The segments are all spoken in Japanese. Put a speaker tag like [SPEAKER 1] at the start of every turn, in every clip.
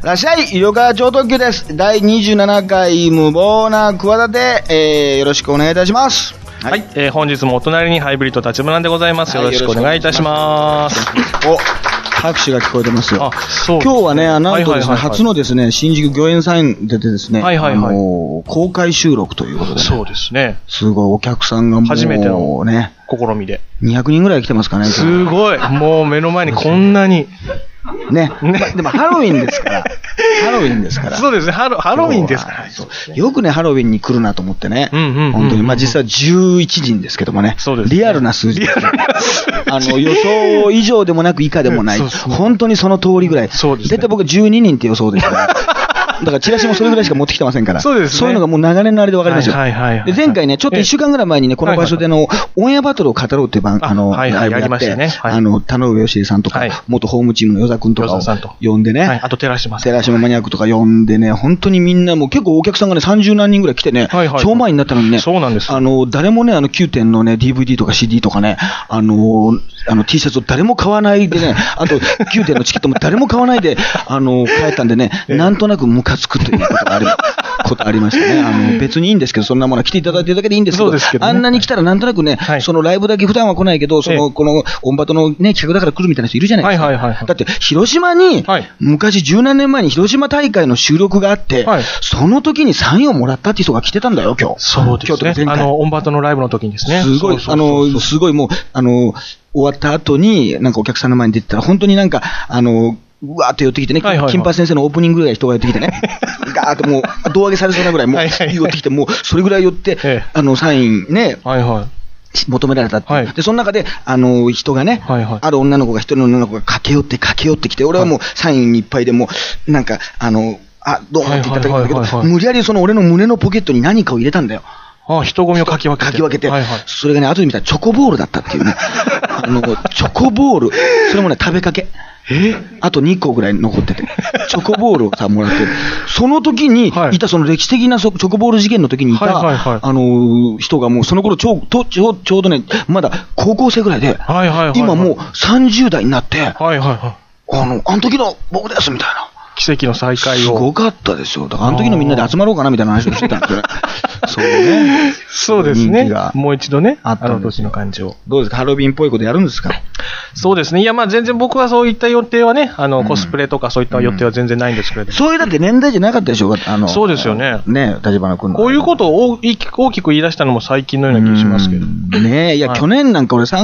[SPEAKER 1] らっしゃい、医療科超特急です。第27回無謀な企て、よろしくお願いいたします。
[SPEAKER 2] はい、本日もお隣にハイブリッド立花でございます。よろしくお願いいたします。
[SPEAKER 1] お、拍手が聞こえてますよ。
[SPEAKER 2] そう
[SPEAKER 1] 今日はね、なんとですね、初のですね、新宿御苑サインでですね、公開収録ということで、ね、
[SPEAKER 2] そうですね。
[SPEAKER 1] すごいお客さんがもう、ね、
[SPEAKER 2] 初めての試みで。
[SPEAKER 1] 200人ぐらい来てますかね。
[SPEAKER 2] すごい。もう目の前にこんなに。
[SPEAKER 1] ね。でもハロウィンですから。ハロウィンですから。
[SPEAKER 2] そうですね。ハロウィンですから。
[SPEAKER 1] よくね、ハロウィンに来るなと思ってね。本当に。まあ実際11人ですけどもね。
[SPEAKER 2] そうですね。
[SPEAKER 1] リアルな数字。予想以上でもなく以下でもない。本当にその通りぐらい。そうですね。絶対僕12人って予想ですから。だからチラシもそれぐらいしか持ってきてませんから。
[SPEAKER 2] そうですね。
[SPEAKER 1] そういうのがもう長年のあれで分かりますよ。で、前回ね、ちょっと1週間ぐらい前にね、この場所でオンエアバトルを語ろうっていうライブやって、田上義恵さんとか、元ホームチームの与座くんとかを呼んでね。
[SPEAKER 2] あと寺島
[SPEAKER 1] マニアックとか呼んでね、本当にみんなもう結構お客さんがね、30何人ぐらい来てね、超満員になったのにね、
[SPEAKER 2] そうなんです。
[SPEAKER 1] 誰もね、9点のね、DVD とか CD とかね、T シャツを誰も買わないでね、あと9点のチケットも誰も買わないで、帰ったんでね、なんとなくムカつくということがありましたね。別にいいんですけど、そんなものは来ていただいてるだけでいいんですけど、あんなに来たらなんとなくね、そのライブだけ普段は来ないけど、このオンバトのね、企画だから来るみたいな人いるじゃないですか。だって、広島に、昔10何年前に広島大会の収録があって、その時にサインをもらったって人が来てたんだよ、今日。
[SPEAKER 2] そうですね。オンバトのライブの時にですね。
[SPEAKER 1] すごい、すごいもう、終わった後に、なんかお客さんの前に出てたら、本当になんか、うわーって寄ってきてね、金八先生のオープニングぐらい人が寄ってきてね、ガーってもう、胴上げされそうなぐらい、もう、寄ってきて、もう、それぐらい寄って、サインね、求められたって。で、その中で、人がね、ある女の子が、一人の女の子が駆け寄ってきて、俺はもう、サインにいっぱいでもう、なんか、どうもって言ったんだけど、無理やりその俺の胸のポケットに何かを入れたんだよ。
[SPEAKER 2] 人混みをかき分けて。
[SPEAKER 1] それがね、後で見たらチョコボールだったっていうね。チョコボール。それもね、食べかけ。あと2個ぐらい残ってて。チョコボールをさ、もらって。その時にいた、その歴史的なチョコボール事件の時にいた、人がもうその頃ちょうどね、まだ高校生ぐらいで、今もう30代になって、あの時の僕ですみたいな。
[SPEAKER 2] 奇跡の再会を。
[SPEAKER 1] すごかったですよ。だからあの時のみんなで集まろうかなみたいな話をしてたんですよ。そうね。
[SPEAKER 2] そうですね。もう一度ね、あの年の感じを。
[SPEAKER 1] どうですか、ハロウィンっぽいことやるんですか？
[SPEAKER 2] そうですね。いや、まあ全然僕はそういった予定はね、コスプレとかそういった予定は全然ないんですけれども。
[SPEAKER 1] そういうだって年代じゃなかったでしょうか。
[SPEAKER 2] そうですよね。
[SPEAKER 1] ね、立花君。
[SPEAKER 2] こういうことを大きく言い出したのも最近のような気がしますけど。
[SPEAKER 1] ねえ、いや、去年なんか俺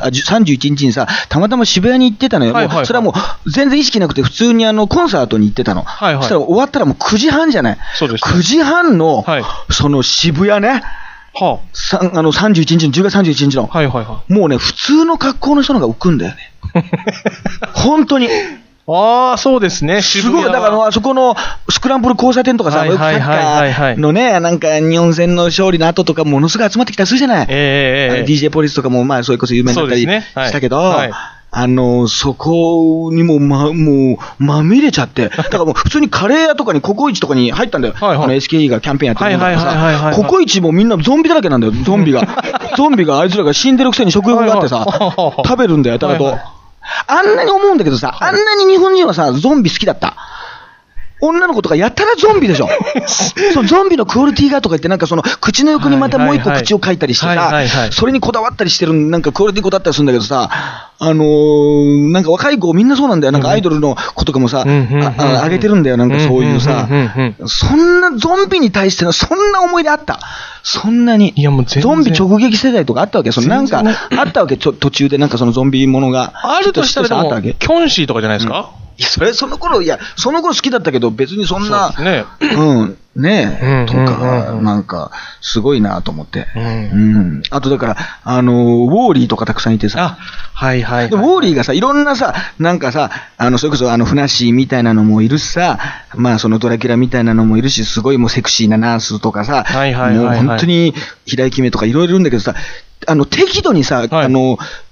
[SPEAKER 1] 31日にさ、たまたま渋谷に行ってたのよ。それはもう全然意識なくて普通にコンサートに行ってたの。そしたら終わったらもう9時半じゃない。
[SPEAKER 2] そうです。
[SPEAKER 1] 9時半の、その渋谷ね。31日の、10月31日の。もうね、普通の格好の人の方が浮くんだよね。本当に。
[SPEAKER 2] ああ、そうですね。
[SPEAKER 1] すごい、だからあそこのスクランブル交差点とかさ、サッカーのね、なんか日本戦の勝利の後とかものすごい集まってきたりするじゃない。DJ ポリスとかも、まあ、それこそ有名になったりしたけど、そこにもうまみれちゃって、だからもう普通にカレー屋とかにココイチとかに入ったんだよ。SKE がキャンペーンやってるんだからさ、ココイチもみんなゾンビだらけなんだよ、ゾンビが。ゾンビがあいつらが死んでるくせに食欲があってさ、食べるんだよ、やたらと。あんなに思うんだけどさ、あんなに日本人はさ、ゾンビ好きだった。女の子とかやったらゾンビでしょ。そう、ゾンビのクオリティがとか言って、なんかその口の横にまたもう一個口を描いたりしてさ、それにこだわったりしてる、なんかクオリティこだわったりするんだけどさ、なんか若い子みんなそうなんだよ。なんかアイドルの子とかもさ、あげてるんだよ。なんかそういうさ、そんなゾンビに対してのそんな思い出あった。そんなに。いやもうゾンビ直撃世代とかあったわけ。そのなんかあったわけ。途中でなんかそのゾンビものが。
[SPEAKER 2] あるとしたらでも、キョンシーとかじゃないですか？
[SPEAKER 1] その頃好きだったけど、別にそんな、ねえ、とか、なんか、すごいなと思って。あとだから、ウォーリーとかたくさんいてさ。ウォーリーがさ、いろんなさ、なんかさ、それこそフナッシーみたいなのもいるしさ、まあそのドラキュラみたいなのもいるし、すごいもうセクシーなナースとかさ、もう本当に平井決めとかいろいろいるんだけどさ、適度にさ、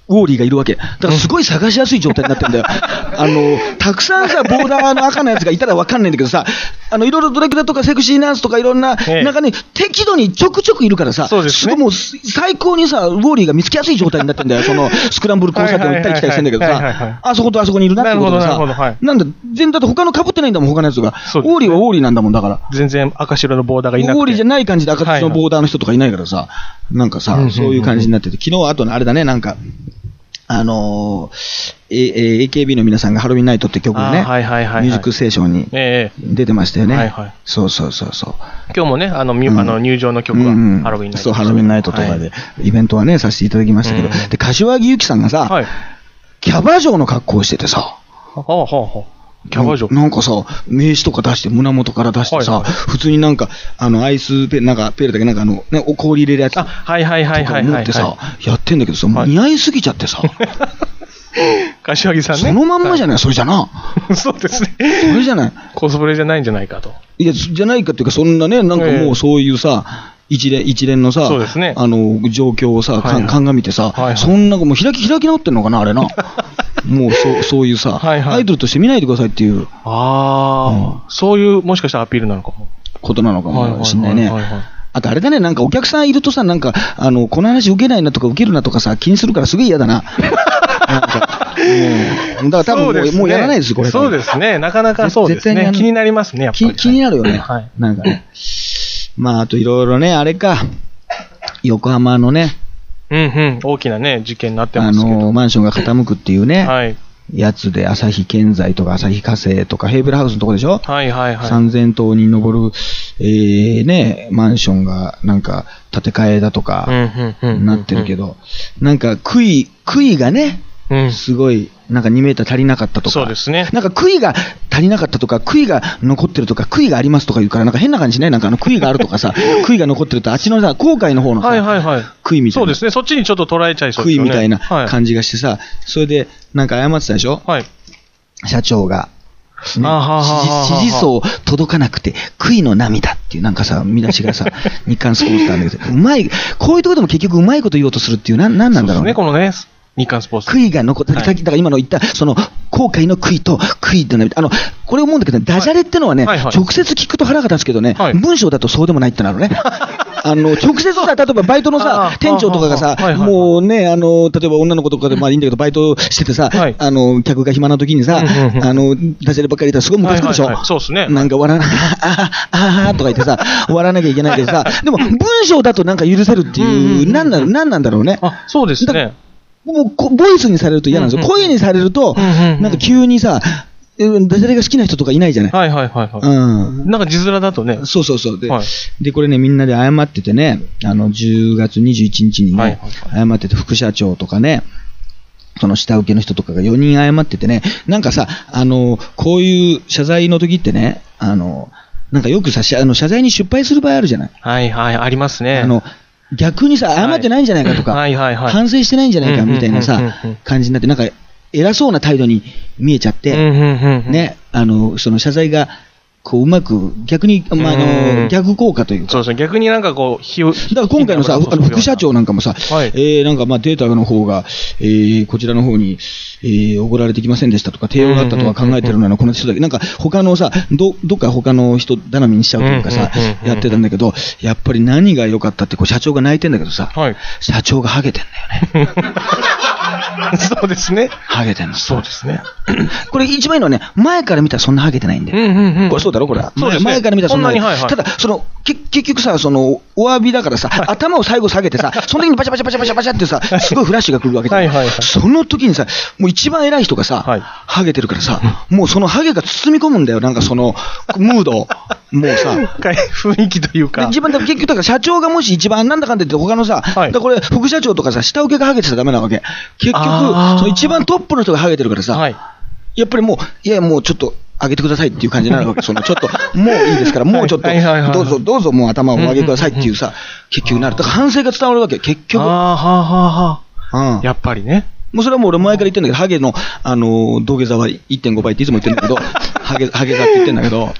[SPEAKER 1] ウォーリーがいるわけ。だからすごい探しやすい状態になってるんだよ。たくさんさ、ボーダーの赤のやつがいたらわかんないんだけどさ、いろいろドラキュラとかセクシーナースとかいろんな、中に適度にちょくちょくいるからさ、すごいもう最高にさ、ウォーリーが見つけやすい状態になってるんだよ。そのスクランブル交差点を行ったり来たりしてんだけどさ、あそことあそこにいるなってことでさ、なんだ、全然だって他の被ってないんだもん、他のやつが。ウォーリーはウォーリーなんだもん、だから。
[SPEAKER 2] 全然赤白のボーダーがいなくて。
[SPEAKER 1] ウォーリーじゃない感じで赤白のボーダーの人とかいないからさ、なんかさ、そういう感じになってて、昨日はあとあれだね、なんか、AKB の皆さんがハロウィンナイトって曲をね、ミュージックステーションに出てましたよね。そうそうそうそう。
[SPEAKER 2] 今日もね、入場の曲はハロウィンナイト。
[SPEAKER 1] そう、ハロウィンナイトとかで、イベントはね、させていただきましたけど、で、柏木由紀さんがさ、キャバ嬢の格好をしててさ、キャバ嬢なんかさ、名刺とか出して、胸元から出してさ、普通になんか、アイスペール、なんか、ペールだけなんかね、氷入れるやつとか持ってさ、やってんだけどさ、似合いすぎちゃってさ。
[SPEAKER 2] 柏木さんね。
[SPEAKER 1] そのまんまじゃない、それじゃな。
[SPEAKER 2] そうですね。
[SPEAKER 1] それじゃない。
[SPEAKER 2] コスプレじゃないんじゃないかと。
[SPEAKER 1] いや、じゃないかっていうか、そんなね、なんかもうそういうさ、一連のさ、
[SPEAKER 2] そうですね、
[SPEAKER 1] 状況をさ、鑑みてさ、そんなもう開き直ってんのかな、あれな。もうそういうさ、アイドルとして見ないでくださいっていう。
[SPEAKER 2] そういう、もしかしたらアピールなのかも。
[SPEAKER 1] ことなのかもしれないね。あとあれだね、なんかお客さんいるとさ、なんか、この話受けないなとか受けるなとかさ、気にするからすげえ嫌だな。なんか、だから多分もうやらないです、これ。
[SPEAKER 2] そうですね、なかなかそうですね。気になりますね、やっぱり。
[SPEAKER 1] 気になるよね。なんかね。まあ、あといろいろね、あれか、横浜のね、
[SPEAKER 2] 大きなね、事件になってますけど。
[SPEAKER 1] マンションが傾くっていうね、やつで、朝日建材とか朝日火星とか、ヘーベルハウスのとこでしょ？3000棟に上る、ね、マンションがなんか建て替えだとか、なってるけど、なんか杭がね、すごい、なんか2メーター足りなかったとか、
[SPEAKER 2] そうですね。
[SPEAKER 1] なんか杭が足りなかったとか、杭が残ってるとか、杭がありますとか言うから、なんか変な感じね、なんか杭があるとかさ、杭が残ってると、あっちのさ、郊外の方のさ、杭みたいな。
[SPEAKER 2] そうですね、そっちにちょっと捉えちゃいそうですね。
[SPEAKER 1] 杭みたいな感じがしてさ、それで、なんか謝ってたでしょ？社長が。支持層届かなくて、杭の涙っていうなんかさ、見出しがさ、日刊スポーツなんだけど、うまい、こういうところでも結局うまいこと言おうとするっていう、なんなんだろうね。
[SPEAKER 2] そうですね、このね。日刊スポーツ。
[SPEAKER 1] 杭が残って、だから今の言った、その、後悔の杭と杭ってこれ思うんだけど、ダジャレってのはね、直接聞くと腹が立つけどね、文章だとそうでもないってなるね。直接さ、例えばバイトのさ、店長とかがさ、もうね、例えば女の子とかでまあいいんだけど、バイトしててさ、客が暇な時にさ、ダジャレばっかり言ったらすごいムカつくでしょ。
[SPEAKER 2] そうですね。
[SPEAKER 1] なんか笑わな、とか言ってさ、笑わなきゃいけないけどさ、でも文章だとなんか許せるっていう、なんなんだろうね。
[SPEAKER 2] そうですね。
[SPEAKER 1] もうボイスにされると嫌なんですよ。声にされると、なんか急にさ、ダジャレが好きな人とかいないじゃない。なんか字面だとね。そう。で、これね、みんなで謝っててね、10月21日にね、謝ってて、副社長とかね、その下請けの人とかが4人謝っててね、なんかさ、こういう謝罪の時ってね、なんかよくさ、謝罪に失敗する場合あるじゃない。
[SPEAKER 2] ありますね。
[SPEAKER 1] 逆にさ、謝ってないんじゃないかとか、反省してないんじゃないかみたいなさ、感じになって、なんか偉そうな態度に見えちゃって、ね、その謝罪が、こう、うまく、逆に、逆効果というか。
[SPEAKER 2] そうですね、逆になんかこう、
[SPEAKER 1] だから今回のさ、副社長なんかもさ、なんかまあデータの方が、こちらの方に、送られてきませんでしたとか、提案があったとか考えてるのはこの人だけ、なんか他のさ、どっか他の人頼みにしちゃうというかさ、やってたんだけど、やっぱり何が良かったって、こう社長が泣いてんだけどさ、社長がハゲてんだよね。
[SPEAKER 2] そうですね。
[SPEAKER 1] ハゲてんの。
[SPEAKER 2] そうですね。
[SPEAKER 1] これ一番いいのはね、前から見たらそんなハゲてないんで。これそうだろこれ。前から見たらそんなに。ただ、結局さ、お詫びだからさ、頭を最後下げてさ、その時にバチャバチャってさ、すごいフラッシュが来るわけだよ。その時にさ、もう一番偉い人がさ、ハゲてるからさ、もうそのハゲが包み込むんだよ、なんかその、ムードを。もうさ、
[SPEAKER 2] 雰囲気というか。
[SPEAKER 1] 一番、結局、だから社長がもし一番なんだかんだ言って他のさ、これ副社長とかさ、下請けがハゲてちゃダメなわけ。結局、その一番トップの人がハゲてるからさ、やっぱりもう、いやもうちょっと上げてくださいっていう感じになるわけ。ちょっと、もういいですから、もうちょっと、どうぞもう頭をお上げくださいっていうさ、結局なる。だから反省が伝わるわけ、結局。
[SPEAKER 2] やっぱりね。
[SPEAKER 1] もうそれはもう俺前から言ってんだけど、ハゲの、土下座は 1.5 倍っていつも言ってんだけど、ハゲ座って言ってんだけど、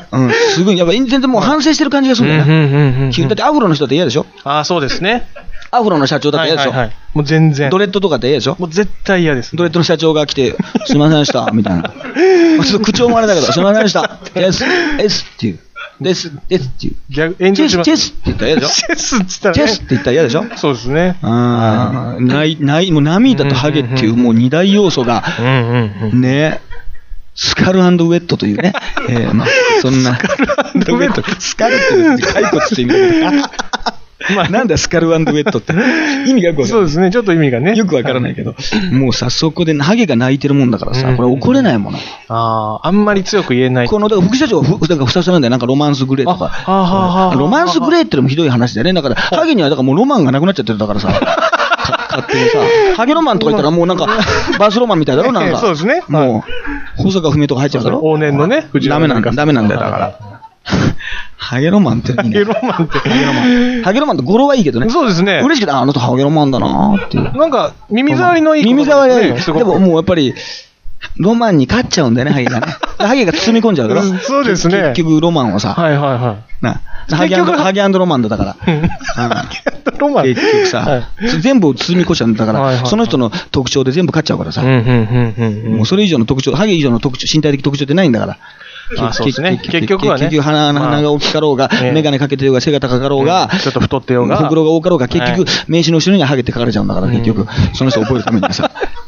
[SPEAKER 1] すごい、やっぱ全然もう反省してる感じがするんだよね。だってアフロの人って嫌でしょ？
[SPEAKER 2] そうですね。
[SPEAKER 1] アフロの社長だって嫌でしょ。
[SPEAKER 2] もう全然。
[SPEAKER 1] ドレッドとかって嫌でしょ。
[SPEAKER 2] もう絶対嫌です。
[SPEAKER 1] ドレッドの社長が来て、すいませんでした、みたいな。ちょっと口調もあれだけど、すいませんでした。です、っていう。ですっていう。
[SPEAKER 2] 炎上します。
[SPEAKER 1] チェスって言ったら嫌でしょ。
[SPEAKER 2] チェスって言ったら
[SPEAKER 1] チェスって言ったら嫌でしょ。
[SPEAKER 2] そうですね。
[SPEAKER 1] もう涙とハゲっていうもう二大要素が、ね、スカル&ウェットというね。そんな。スカル&ウェット。スカルって骸骨って意味だけど。なんだスカル&ウェットって。意味がよくわからない。
[SPEAKER 2] そうですね、ちょっと意味がね。
[SPEAKER 1] よくわからないけど。もうさ、そこでハゲが泣いてるもんだからさ、これ怒れないもの。
[SPEAKER 2] あんまり強く言えない。
[SPEAKER 1] だから副社長がふさふさなんだよ。なんかロマンスグレーとか。ロマンスグレーってのもひどい話だよね。だから、ハゲにはだからもうロマンがなくなっちゃってるだからさ。勝手にさ、ハゲロマンとか言ったらもうなんか、バースロマンみたいだろなんか。
[SPEAKER 2] そうですね。
[SPEAKER 1] もう、保坂文とか入っちゃうだろ。
[SPEAKER 2] 往年のね、
[SPEAKER 1] ダメなんだよ、だから。ハゲロマンっていいね。ハゲロマンって語呂はいいけどね。
[SPEAKER 2] そうですね。
[SPEAKER 1] 嬉しくて、あの人ハゲロマンだなーっていう。
[SPEAKER 2] なんか、耳障りのいい。
[SPEAKER 1] 耳障りがいい。でももうやっぱり、ロマンに勝っちゃうんだよね、ハゲがね。ハゲが包み込んじゃうだろ。
[SPEAKER 2] そうですね。
[SPEAKER 1] 結局ロマンをさ。
[SPEAKER 2] はいはいはい。
[SPEAKER 1] ハゲ&ロマンだから。
[SPEAKER 2] ロマン
[SPEAKER 1] 結局さ、全部包み込んじゃうんだから、その人の特徴で全部勝っちゃうからさ。もうそれ以上の特徴、ハゲ以上の特徴、身体的特徴ってないんだから。
[SPEAKER 2] そうですね。結局はね。
[SPEAKER 1] 結局鼻が大きかろうが、眼鏡かけてようが、背が高かろうが、
[SPEAKER 2] ちょっと太ってようが、
[SPEAKER 1] ほくろが多かろうが、結局、名刺の後ろにはハゲって書かれちゃうんだから、結局、その人を覚えるためにさ。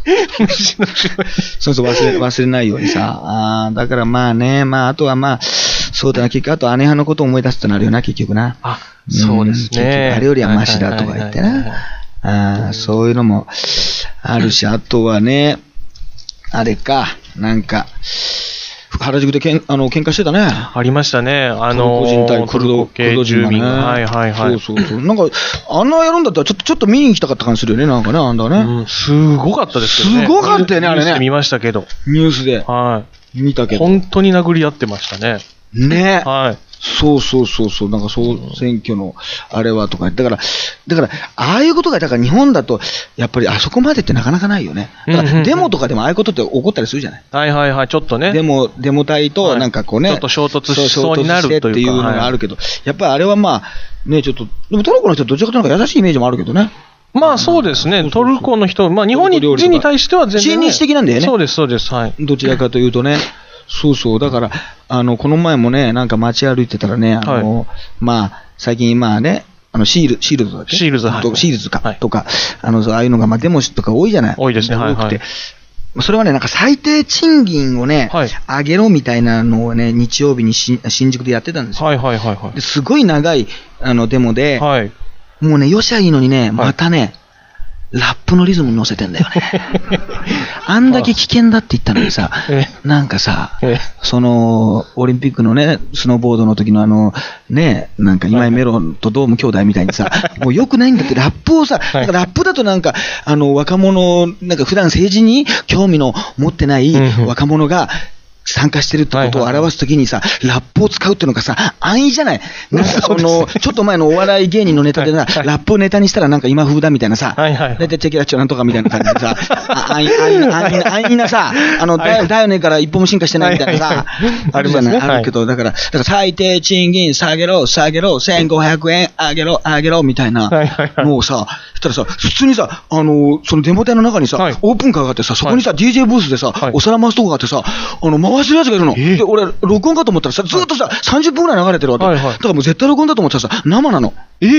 [SPEAKER 1] そうそう、忘れないようにさ。だからまあね、あとはそうだな、結局、あと姉派のことを思い出すってなるよな、結局な。
[SPEAKER 2] そうですね。
[SPEAKER 1] あれよりはマシだとか言ってな。そういうのもあるし、あとはね、あれか、なんか、原宿で喧嘩してたね。
[SPEAKER 2] ありましたね。
[SPEAKER 1] クルド人対クルド住民。
[SPEAKER 2] はいはいはい。
[SPEAKER 1] そう。なんか、あんなやるんだったらちょっと見に行きたかった感じするよね、なんかね、あんだね。
[SPEAKER 2] すごかったですけどね。
[SPEAKER 1] すごかったよね、あれね。
[SPEAKER 2] ニュースで見ましたけど。
[SPEAKER 1] ニュースで。はい。見たけど。
[SPEAKER 2] 本当に殴り合ってましたね。
[SPEAKER 1] ね。
[SPEAKER 2] はい。
[SPEAKER 1] そう。なんか選挙のあれはとか。だから、ああいうことが、だから日本だと、やっぱりあそこまでってなかなかないよね。だからデモとかでもああいうことって起こったりするじゃない。
[SPEAKER 2] はいはいはい、ちょっとね。
[SPEAKER 1] デモ隊となんかこうね。
[SPEAKER 2] ちょっと衝突しそうになるというか。
[SPEAKER 1] っていうのがあるけど、やっぱりあれはね、ちょっと、でもトルコの人はどちらかというと優しいイメージもあるけどね。
[SPEAKER 2] そうですね。トルコの人、日本人に対しては全然。
[SPEAKER 1] 親日的なんだよね。
[SPEAKER 2] そうです、はい。
[SPEAKER 1] どちらかというとね。そう。だから、この前もね、なんか街歩いてたらね、最近ね、シールズだっけ？シールズか、とか、ああいうのが、デモとか多いじゃない？
[SPEAKER 2] 多いですね、
[SPEAKER 1] 多くて。それはね、なんか最低賃金をね、上げろみたいなのをね、日曜日に新宿でやってたんですよ。すごい長い、デモで、もうね、よしゃいいのにね、またね、ラップのリズムに乗せてんだよね。あんだけ危険だって言ったのにさ、なんかさ、オリンピックのね、スノーボードの時のね、なんか今井メロンとドーム兄弟みたいにさ、もう良くないんだって、ラップをさ、なんかラップだとなんか、若者、なんか普段政治に興味の持ってない若者が、参加してるってことを表すときにさ、ラップを使うっていうのがさ、安易じゃない。なんかちょっと前のお笑い芸人のネタでさ、ラップをネタにしたらなんか今風だみたいなさ、だいたいチェキラッチョなんとかみたいな感じでさ、安易なさ、だよねから一歩も進化してないみたいなさ、あるじゃない、あるけど、だから最低賃金下げろ、1500円上げろ、みたいなのをさ、したらさ、普通にさ、そのデモ隊の中にさ、オープンカーがあってさ、そこにさ、DJ ブースでさ、お皿回すとこがあってさ、回してるやつがいるの。で、俺、録音かと思ったらさ、ずっとさ、30分ぐらい流れてるわけ。だからもう絶対録音だと思ったらさ、生なの。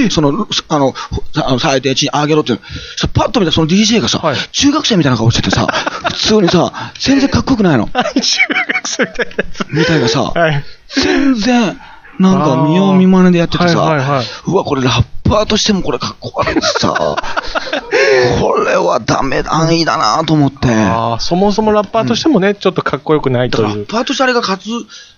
[SPEAKER 1] 最低賃金上げろって。さ、パッと見たらその DJ がさ、中学生みたいな顔しててさ、普通にさ、全然かっこよくないの。中学生みたいなさ、全然、なんか見よう見まねでやっててさ、うわ、これラッパーとしてもこれかっこ悪いしさ、これはダメ、安易だなと思って。
[SPEAKER 2] そもそもラッパーとしてもね、ちょっとかっこよくないという。
[SPEAKER 1] ラッパーとしてあれが勝つ、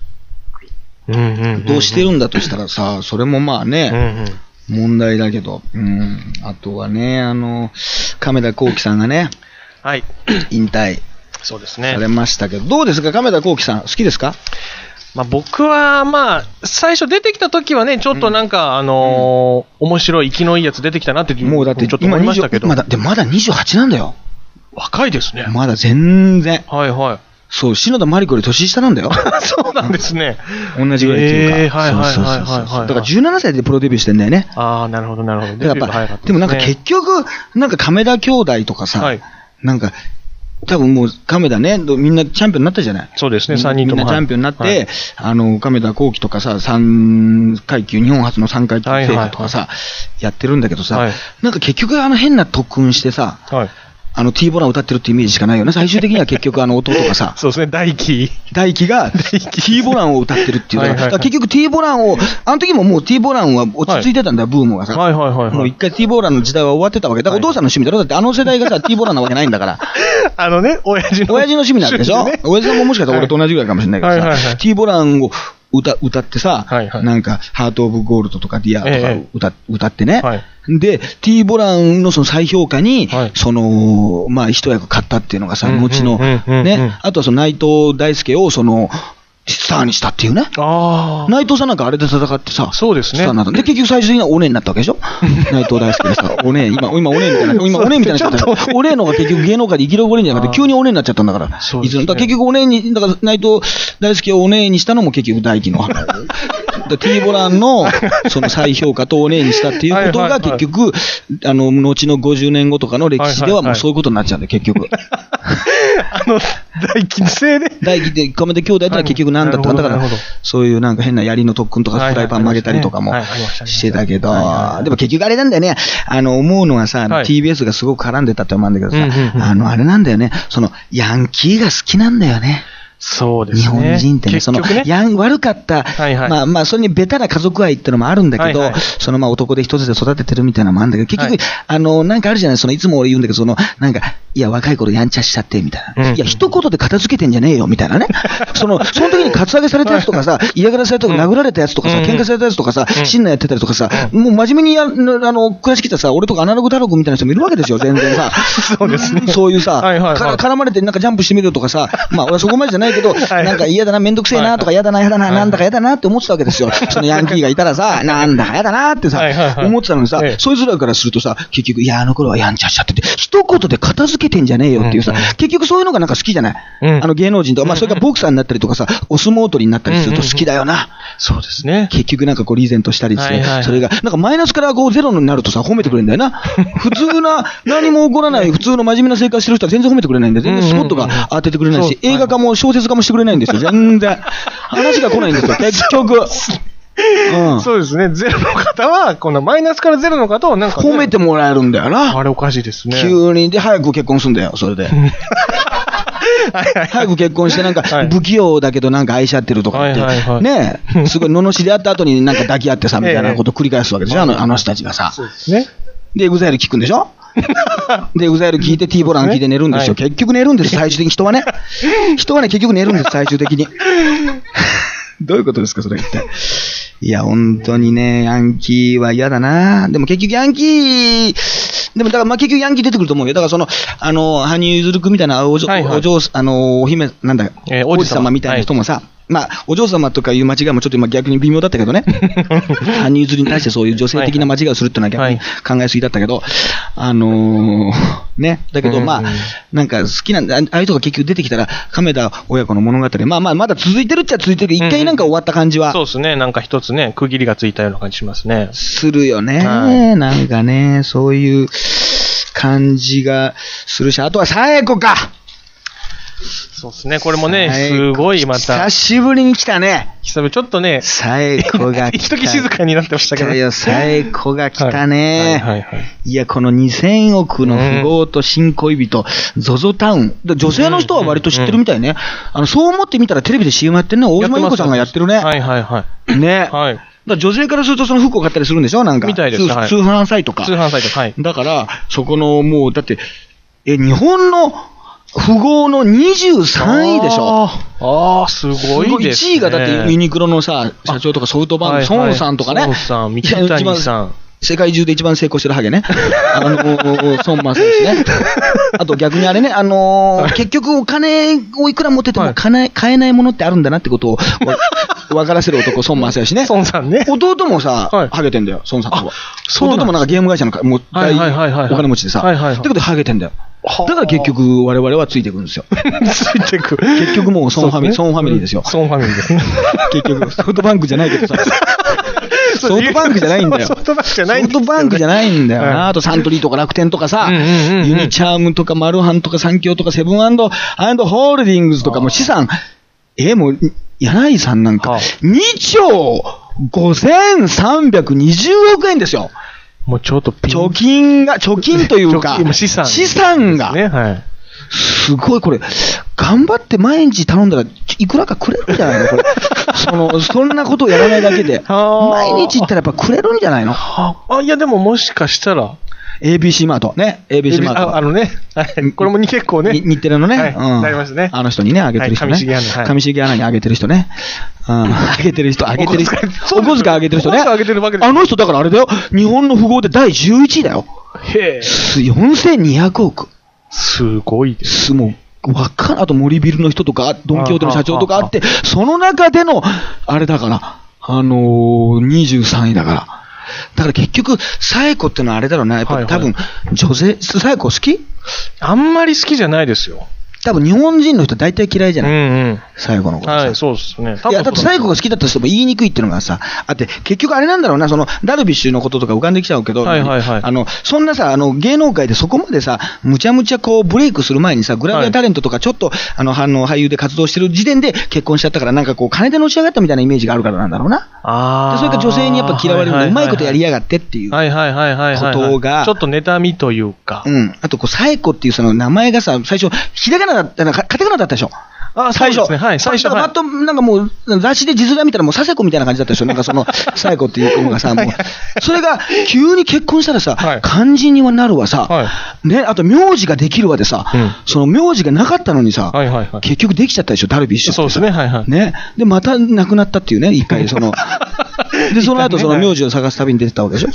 [SPEAKER 1] どうしてるんだとしたらさ、それも問題だけど、あとはね、亀田光輝さんがね、引退されましたけど、どうですか、亀田光輝さん、好きですか？
[SPEAKER 2] 僕は最初出てきた時はね、ちょっとなんか、面白い、生きのいいやつ出てきたなって、
[SPEAKER 1] もうだってちょっと思いましたけど。まだ28なんだよ。
[SPEAKER 2] 若いですね。
[SPEAKER 1] まだ全然。 そう、篠田麻里子より年下なんだよ。
[SPEAKER 2] そうなんですね。
[SPEAKER 1] 同じぐらいっていうか。
[SPEAKER 2] はいはいはい。
[SPEAKER 1] だから17歳でプロデビューしてんだよね。
[SPEAKER 2] ああ、なるほどなるほど。
[SPEAKER 1] やっぱ、でもなんか結局、なんか亀田兄弟とかさ、なんか、多分もう亀田ね、みんなチャンピオンになったじゃない。
[SPEAKER 2] そうですね、3人とも。
[SPEAKER 1] みんなチャンピオンになって、亀田光輝とかさ、3階級、日本初の3階級制覇とかさ、やってるんだけどさ、なんか結局変な特訓してさ、T ボラン歌ってるってイメージしかないよね。最終的には結局弟がさ、
[SPEAKER 2] そうですね、大輝
[SPEAKER 1] が T ボランを歌ってるっていうから、結局 T ボランを、あの時ももう T ボランは落ち着いてたんだよ、ブームがさ。もう一回 T ボランの時代は終わってたわけ。だからお父さんの趣味だろ。だってあの世代がさ、T ボランなわけないんだから。親父の趣味なんでしょ。親父さんももしかしたら俺と同じぐらいかもしれないけどさ、T ボランを歌ってさ、なんか、ハート・オブ・ゴールドとかディアとか歌ってね。で、T ボランのその再評価に、まあ、一役買ったっていうのがさ、後の、ね、あとはその内藤大輔をスターにしたっていうね。内藤さんなんかあれで戦ってさ、
[SPEAKER 2] そうですね。
[SPEAKER 1] スターになった。で、結局最終的にはお姉になったわけでしょ。内藤大輔でさ、お姉、今お姉みたいな、お姉のが結局芸能界で生き残れんじゃなくて、急にお姉になっちゃったんだから。いつの、結局お姉に、だから内藤大輔をお姉にしたのも結局大輝の話。T ボランのその再評価とお姉にしたっていうことが結局、後の50年後とかの歴史ではもうそういうことになっちゃうんだよ、結局。
[SPEAKER 2] 大輝のせいで
[SPEAKER 1] 大輝で、亀田兄弟ってのは結局なんだったか、だから、そういうなんか変な槍の特訓とかフライパン曲げたりとかもしてたけど、でも結局あれなんだよね、思うのはさ、TBS がすごく絡んでたって思うんだけどさ、あれなんだよね、ヤンキーが好きなんだよね。
[SPEAKER 2] そうですね。
[SPEAKER 1] 日本人ってね、悪かった、まあ、それにベタな家族愛ってのもあるんだけど、まあ男で一つで育ててるみたいなのもあるんだけど、結局、なんかあるじゃない、いつも俺言うんだけど、なんか、いや、若い頃やんちゃしちゃって、みたいな。いや、一言で片付けてんじゃねえよ、みたいなね。その時にカツアゲされたやつとかさ、嫌がらせされたとか、殴られたやつとかさ、喧嘩されたやつとかさ、信念やってたりとかさ、もう真面目に暮らしてきたさ、俺とかアナログ太郎くんみたいな人もいるわけですよ、全然さ。
[SPEAKER 2] そうですね。
[SPEAKER 1] そういうさ、絡まれてなんかジャンプしてみるとかさ、まあ俺はそこまでじゃないけど、なんか嫌だな、めんどくせえなとか、嫌だな、なんだか嫌だなって思ってたわけですよ。そのヤンキーがいたらさ、なんだか嫌だなってさ、思ってたのにさ、そいつらからするとさ、結局、いや、あの頃はやんちゃしちゃってて、一言で片付けてんじゃねえよっていうさ、結局そういうのがなんか好きじゃない。芸能人とか、まあそれからボクサーになったりとかさ、お相撲取りになったりすると好きだよな。
[SPEAKER 2] そうですね。
[SPEAKER 1] 結局なんかリーゼントしたりして、それが、なんかマイナスからゼロになるとさ、褒めてくれるんだよな。普通な、何も起こらない、普通の真面目な生活してる人は全然褒めてくれないんで、全然スポットが当ててくれないし、映画化も小説化もしてくれないんですよ、全然。話が来ないんですよ、結局。
[SPEAKER 2] そうですね。ゼロの方は、このマイナスからゼロの方をなんか、
[SPEAKER 1] 褒めてもらえるんだよな。
[SPEAKER 2] あれおかしいですね。
[SPEAKER 1] 急に。で、早く結婚するんだよ、それで。早く結婚してなんか、不器用だけどなんか愛し合ってるとかって。ねえ、すごい罵り合った後になんか抱き合ってさ、みたいなことを繰り返すわけでしょ、あの人たちがさ。
[SPEAKER 2] そうですね。
[SPEAKER 1] で、EXILE聞くんでしょで、EXILE聞いて T ボラン聞いて寝るんですよ。結局寝るんです、最終的に人はね。人はね、結局寝るんです、最終的に。どういうことですか、それ一体。いや、本当にね、ヤンキーは嫌だな。でも結局ヤンキー、でもだからまあ結局ヤンキー出てくると思うよ。だから羽生結弦君みたいなお姫、なんだよ、王子様みたいな人もさ、まあ、お嬢様とかいう間違いもちょっと今逆に微妙だったけどね。羽生結弦に対してそういう女性的な間違いをするっていうのは逆に考えすぎだったけど、ね。だけどまあ、なんか好きなんだ、ああいう人が結局出てきたら、亀田親子の物語、まあまあ、まだ続いてるっちゃ続いてるけど、一回なんか終わった感じは。
[SPEAKER 2] そうですね。なんか一つね、区切りがついたような感じしますね。
[SPEAKER 1] するよね。なんかね、そういう感じがするし、あとは紗栄子か。
[SPEAKER 2] そうですね。これもね、すごいまた。
[SPEAKER 1] 久しぶりに来たね。
[SPEAKER 2] 久々ちょっとね。
[SPEAKER 1] 紗栄子が来た。
[SPEAKER 2] 一時静かになってましたけど。
[SPEAKER 1] 紗栄子が来たね。いや、この2000億の富豪と新恋人、ZOZO タウン。女性の人は割と知ってるみたいね。そう思ってみたらテレビで CM やってるね。大島優子さんがやってるね。
[SPEAKER 2] はいはいはい。
[SPEAKER 1] ね。はい。女性からするとその服を買ったりするんでしょなんか。
[SPEAKER 2] みたいです。
[SPEAKER 1] 通販サイトか。
[SPEAKER 2] 通販サイト、はい。
[SPEAKER 1] だから、そこのもう、だって、日本の、富豪の23位でしょ。
[SPEAKER 2] ああ、すごいですね。
[SPEAKER 1] 1位がだってユニクロのさ、社長とかソフトバンク、孫さんとかね。
[SPEAKER 2] 孫さん、三谷さん。
[SPEAKER 1] 世界中で一番成功してるハゲね。孫正義ね。あと逆にあれね、結局お金をいくら持ってても買えないものってあるんだなってことを分からせる男、孫正義ね。
[SPEAKER 2] 孫さんね。
[SPEAKER 1] 弟もさ、ハゲてんだよ、孫さんとは。弟もなんかゲーム会社の大お金持ちでさ。だけどハゲてんだよ。 だから結局我々はついていくんですよ。
[SPEAKER 2] ついていく。
[SPEAKER 1] 結局もうソンファミリーですよ。
[SPEAKER 2] ソンファミリーですね。
[SPEAKER 1] 結局、ソフトバンクじゃないけどさ。ソフトバンクじゃないんだよ。
[SPEAKER 2] ソフトバンクじゃない
[SPEAKER 1] んだよな。あとサントリーとか楽天とかさ、ユニチャームとかマルハンとか三協とかセブン&ホールディングスとかもう資産、もう、柳井さんなんか、2兆5320億円ですよ。
[SPEAKER 2] もうちょっと
[SPEAKER 1] 貯金というか、資産が。
[SPEAKER 2] ね、はい。
[SPEAKER 1] すごいこれ、頑張って毎日頼んだらいくらかくれるんじゃないのこれ。そんなことをやらないだけで。毎日行ったらやっぱくれるんじゃないの？
[SPEAKER 2] いやでももしかしたら。
[SPEAKER 1] ABC マート。ね。ABC マート。
[SPEAKER 2] ね。これも結構ね。
[SPEAKER 1] 日テレのね。
[SPEAKER 2] なりますね。
[SPEAKER 1] あの人にね、あげてる人ね。上重アナにあげてる人ね。あげてる人。お小遣いあげてる人ね。あの人だからあれだよ。日本の富豪で第11位だよ。
[SPEAKER 2] へぇ。
[SPEAKER 1] 4200億。
[SPEAKER 2] すごいです。
[SPEAKER 1] もう、あと森ビルの人とか、ドンキホーテの社長とかあって、その中での、あれだから、23位だから。だから結局、サエコってのはあれだろうな、やっぱり多分、女性、サエコ好き？
[SPEAKER 2] あんまり好きじゃないですよ。
[SPEAKER 1] 多分日本人の人大体嫌いじゃない、最後のことさ。
[SPEAKER 2] はい、そうですね。
[SPEAKER 1] いや、だって最後が好きだった人も言いにくいっていうのがさ、あって、結局あれなんだろうな、ダルビッシュのこととか浮かんできちゃうけど、そんなさ、芸能界でそこまでさ、むちゃむちゃこう、ブレイクする前にさ、グラビアタレントとかちょっと、俳優で活動してる時点で結婚しちゃったから、なんかこう、金でのし上がったみたいなイメージがあるからなんだろうな。で、それから女性にやっぱ嫌われるのうまいことやりやがってっていうことが、
[SPEAKER 2] ちょっと妬みというか。
[SPEAKER 1] あとこう、サエコっていうその名前がさ、最初、ひらがなだったら、カタカナだったでしょ。最初。
[SPEAKER 2] はい、最初。
[SPEAKER 1] なんかもう、雑誌で字面見たらもうサセコみたいな感じだったでしょ。なんかサエコっていうのがさ、もう、それが急に結婚したらさ、漢字にはなるわさ、ね、あと名字ができるわでさ、その名字がなかったのにさ、結局できちゃったでしょ、ダルビッシュって。
[SPEAKER 2] そうですね、はいはい。
[SPEAKER 1] ね。で、また亡くなったっていうね、一回、で、その後名字を探す旅に出てたわけでしょ、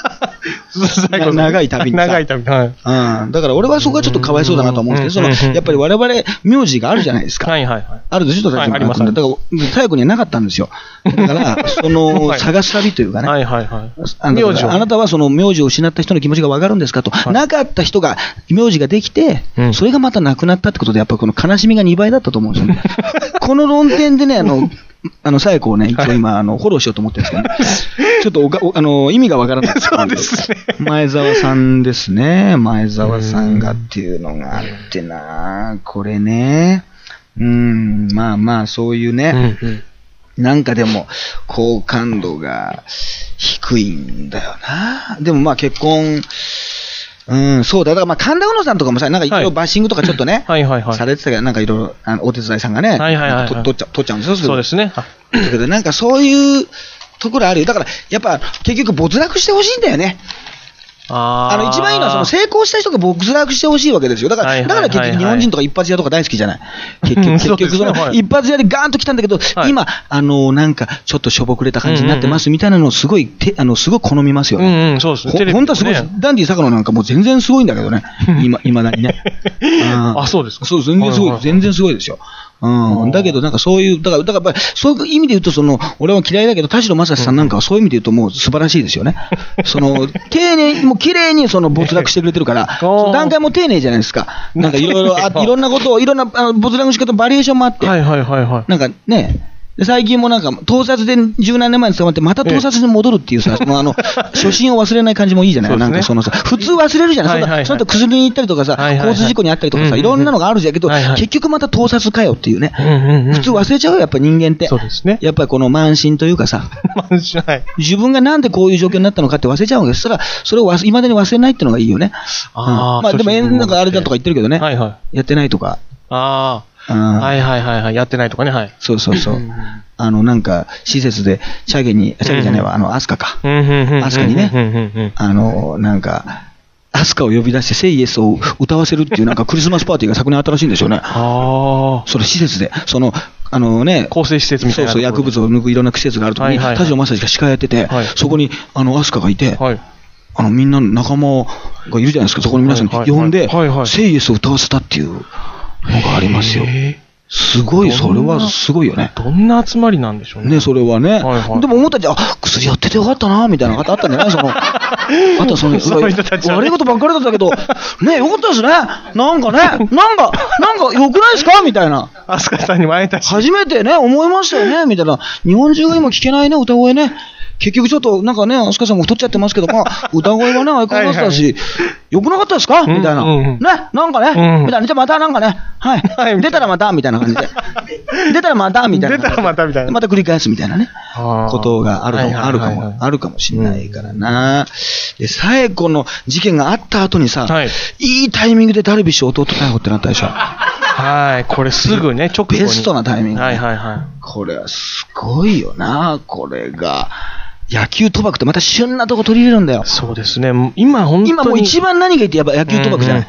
[SPEAKER 1] 長い旅にさ。
[SPEAKER 2] 長い旅。はい。
[SPEAKER 1] だから俺はそこはちょっとかわいそうだなと思うんですけど、やっぱり我々、名字があるじゃないですか。
[SPEAKER 2] はいはいはい。
[SPEAKER 1] あるでしょ、あります。だから、最後にはなかったんですよ。だから、探す旅というかね。
[SPEAKER 2] はいはいはい。
[SPEAKER 1] あなたはその名字を失った人の気持ちがわかるんですかと。なかった人が、名字ができて、それがまたなくなったってことで、やっぱりこの悲しみが2倍だったと思うんですよね。この論点でね、サエコをね、一応今、フォローしようと思ってるんですけど、ね、ちょっと意味がわからないですけど、
[SPEAKER 2] そうですね。
[SPEAKER 1] 前澤さんですね。前澤さんがっていうのがあってな、これね。まあまあ、そういうね。なんかでも、好感度が低いんだよな。でもまあ結婚、そうだ。だからまあ神田うのさんとかもさ、なんかいろいろバッシングとかちょっとね、されてたけど、なんかいろいろ、お手伝いさんがね、取っちゃうんですよ。
[SPEAKER 2] そうですね。
[SPEAKER 1] だけどなんかそういうところあるよ。だから、やっぱ結局没落してほしいんだよね。一番いいのは成功した人が没落してほしいわけですよ。だから結局日本人とか一発屋とか大好きじゃない。結局一発屋でガーンと来たんだけど、今、なんかちょっとしょぼくれた感じになってますみたいなのをすごい好みますよね。
[SPEAKER 2] そうですね。
[SPEAKER 1] 本当はすごい。ダンディ坂野なんかもう全然すごいんだけどね。今だにね。
[SPEAKER 2] そうですか。
[SPEAKER 1] そう、全然すごいですよ。だけど、なんかそういう、だからやっぱり、そういう意味で言うと、俺は嫌いだけど、田代正史さんなんかはそういう意味で言うと、もう素晴らしいですよね。丁寧に、もう綺麗に没落してくれてるから、段階も丁寧じゃないですか。なんかいろいろ、いろんなことを、いろんな没落の仕方、バリエーションもあって、なんかね、最近もなんか、盗撮で十何年前に捕まって、また盗撮に戻るっていうさ、初心を忘れない感じもいいじゃない、なんか普通忘れるじゃない、その後薬に行ったりとかさ、交通事故にあったりとかさ、いろんなのがあるじゃんけど、結局また盗撮かよっていうね、普通忘れちゃうよ、やっぱ人間って。やっぱりこの慢心というかさ、自分がなんでこういう状況になったのかって忘れちゃうんです。それをいまだに忘れないっていうのがいいよね。まあでも、なんかあれだとか言ってるけどね、やってないとか。
[SPEAKER 2] やってないとかね、はい。
[SPEAKER 1] そう。なんか、施設で、チャゲじゃないわ、アスカか。アスカにね、なんか、アスカを呼び出して、セイエスを歌わせるっていう、なんかクリスマスパーティーが昨年あったらしいんですよね。それ施設で、
[SPEAKER 2] 更生施設みたいな。
[SPEAKER 1] そう、薬物を抜くいろんな施設があるときに、田代正史が司会やってて、そこに、アスカがいて、みんな仲間がいるじゃないですか、そこに皆さん呼んで、セイエスを歌わせたっていうのがありますよ。 すごい、それはすごいよね。
[SPEAKER 2] どんな集まりなんでしょうね。
[SPEAKER 1] ね、それはね。でも思ったじゃん、薬やっててよかったな、みたいなのがあったんじゃないあとその、悪いことばっかりだったけど、ね、よかったですね。なんか良くないですかみたいな。
[SPEAKER 2] 飛鳥さんにも会えたし。
[SPEAKER 1] 初めてね、思いましたよね、みたいな。日本中が今聞けないね、歌声ね。結局ちょっと、なんかね、飛鳥さんも太っちゃってますけど、まあ、歌声はね、相変わらずだし、よくなかったですかみたいな。ね、なんかね、みたいな。じゃあまたなんかね、はい。出たらまた、みたいな感じで。出たらまた、みたいな。
[SPEAKER 2] 出たらまた、みたいな。
[SPEAKER 1] また繰り返すみたいなね。ことがあるかもしれないからな。で、最後の事件があった後にさ、いいタイミングでダルビッシュ弟逮捕ってなったでしょ。
[SPEAKER 2] はい、これすぐね、直後に。
[SPEAKER 1] ベストなタイミング。
[SPEAKER 2] はいはいはい。
[SPEAKER 1] これはすごいよな、これが。野球賭博ってまた旬なとこ取り入れるんだよ。
[SPEAKER 2] そうですね。今本当に。
[SPEAKER 1] 今もう一番何が言ってやっぱ野球賭博じゃない。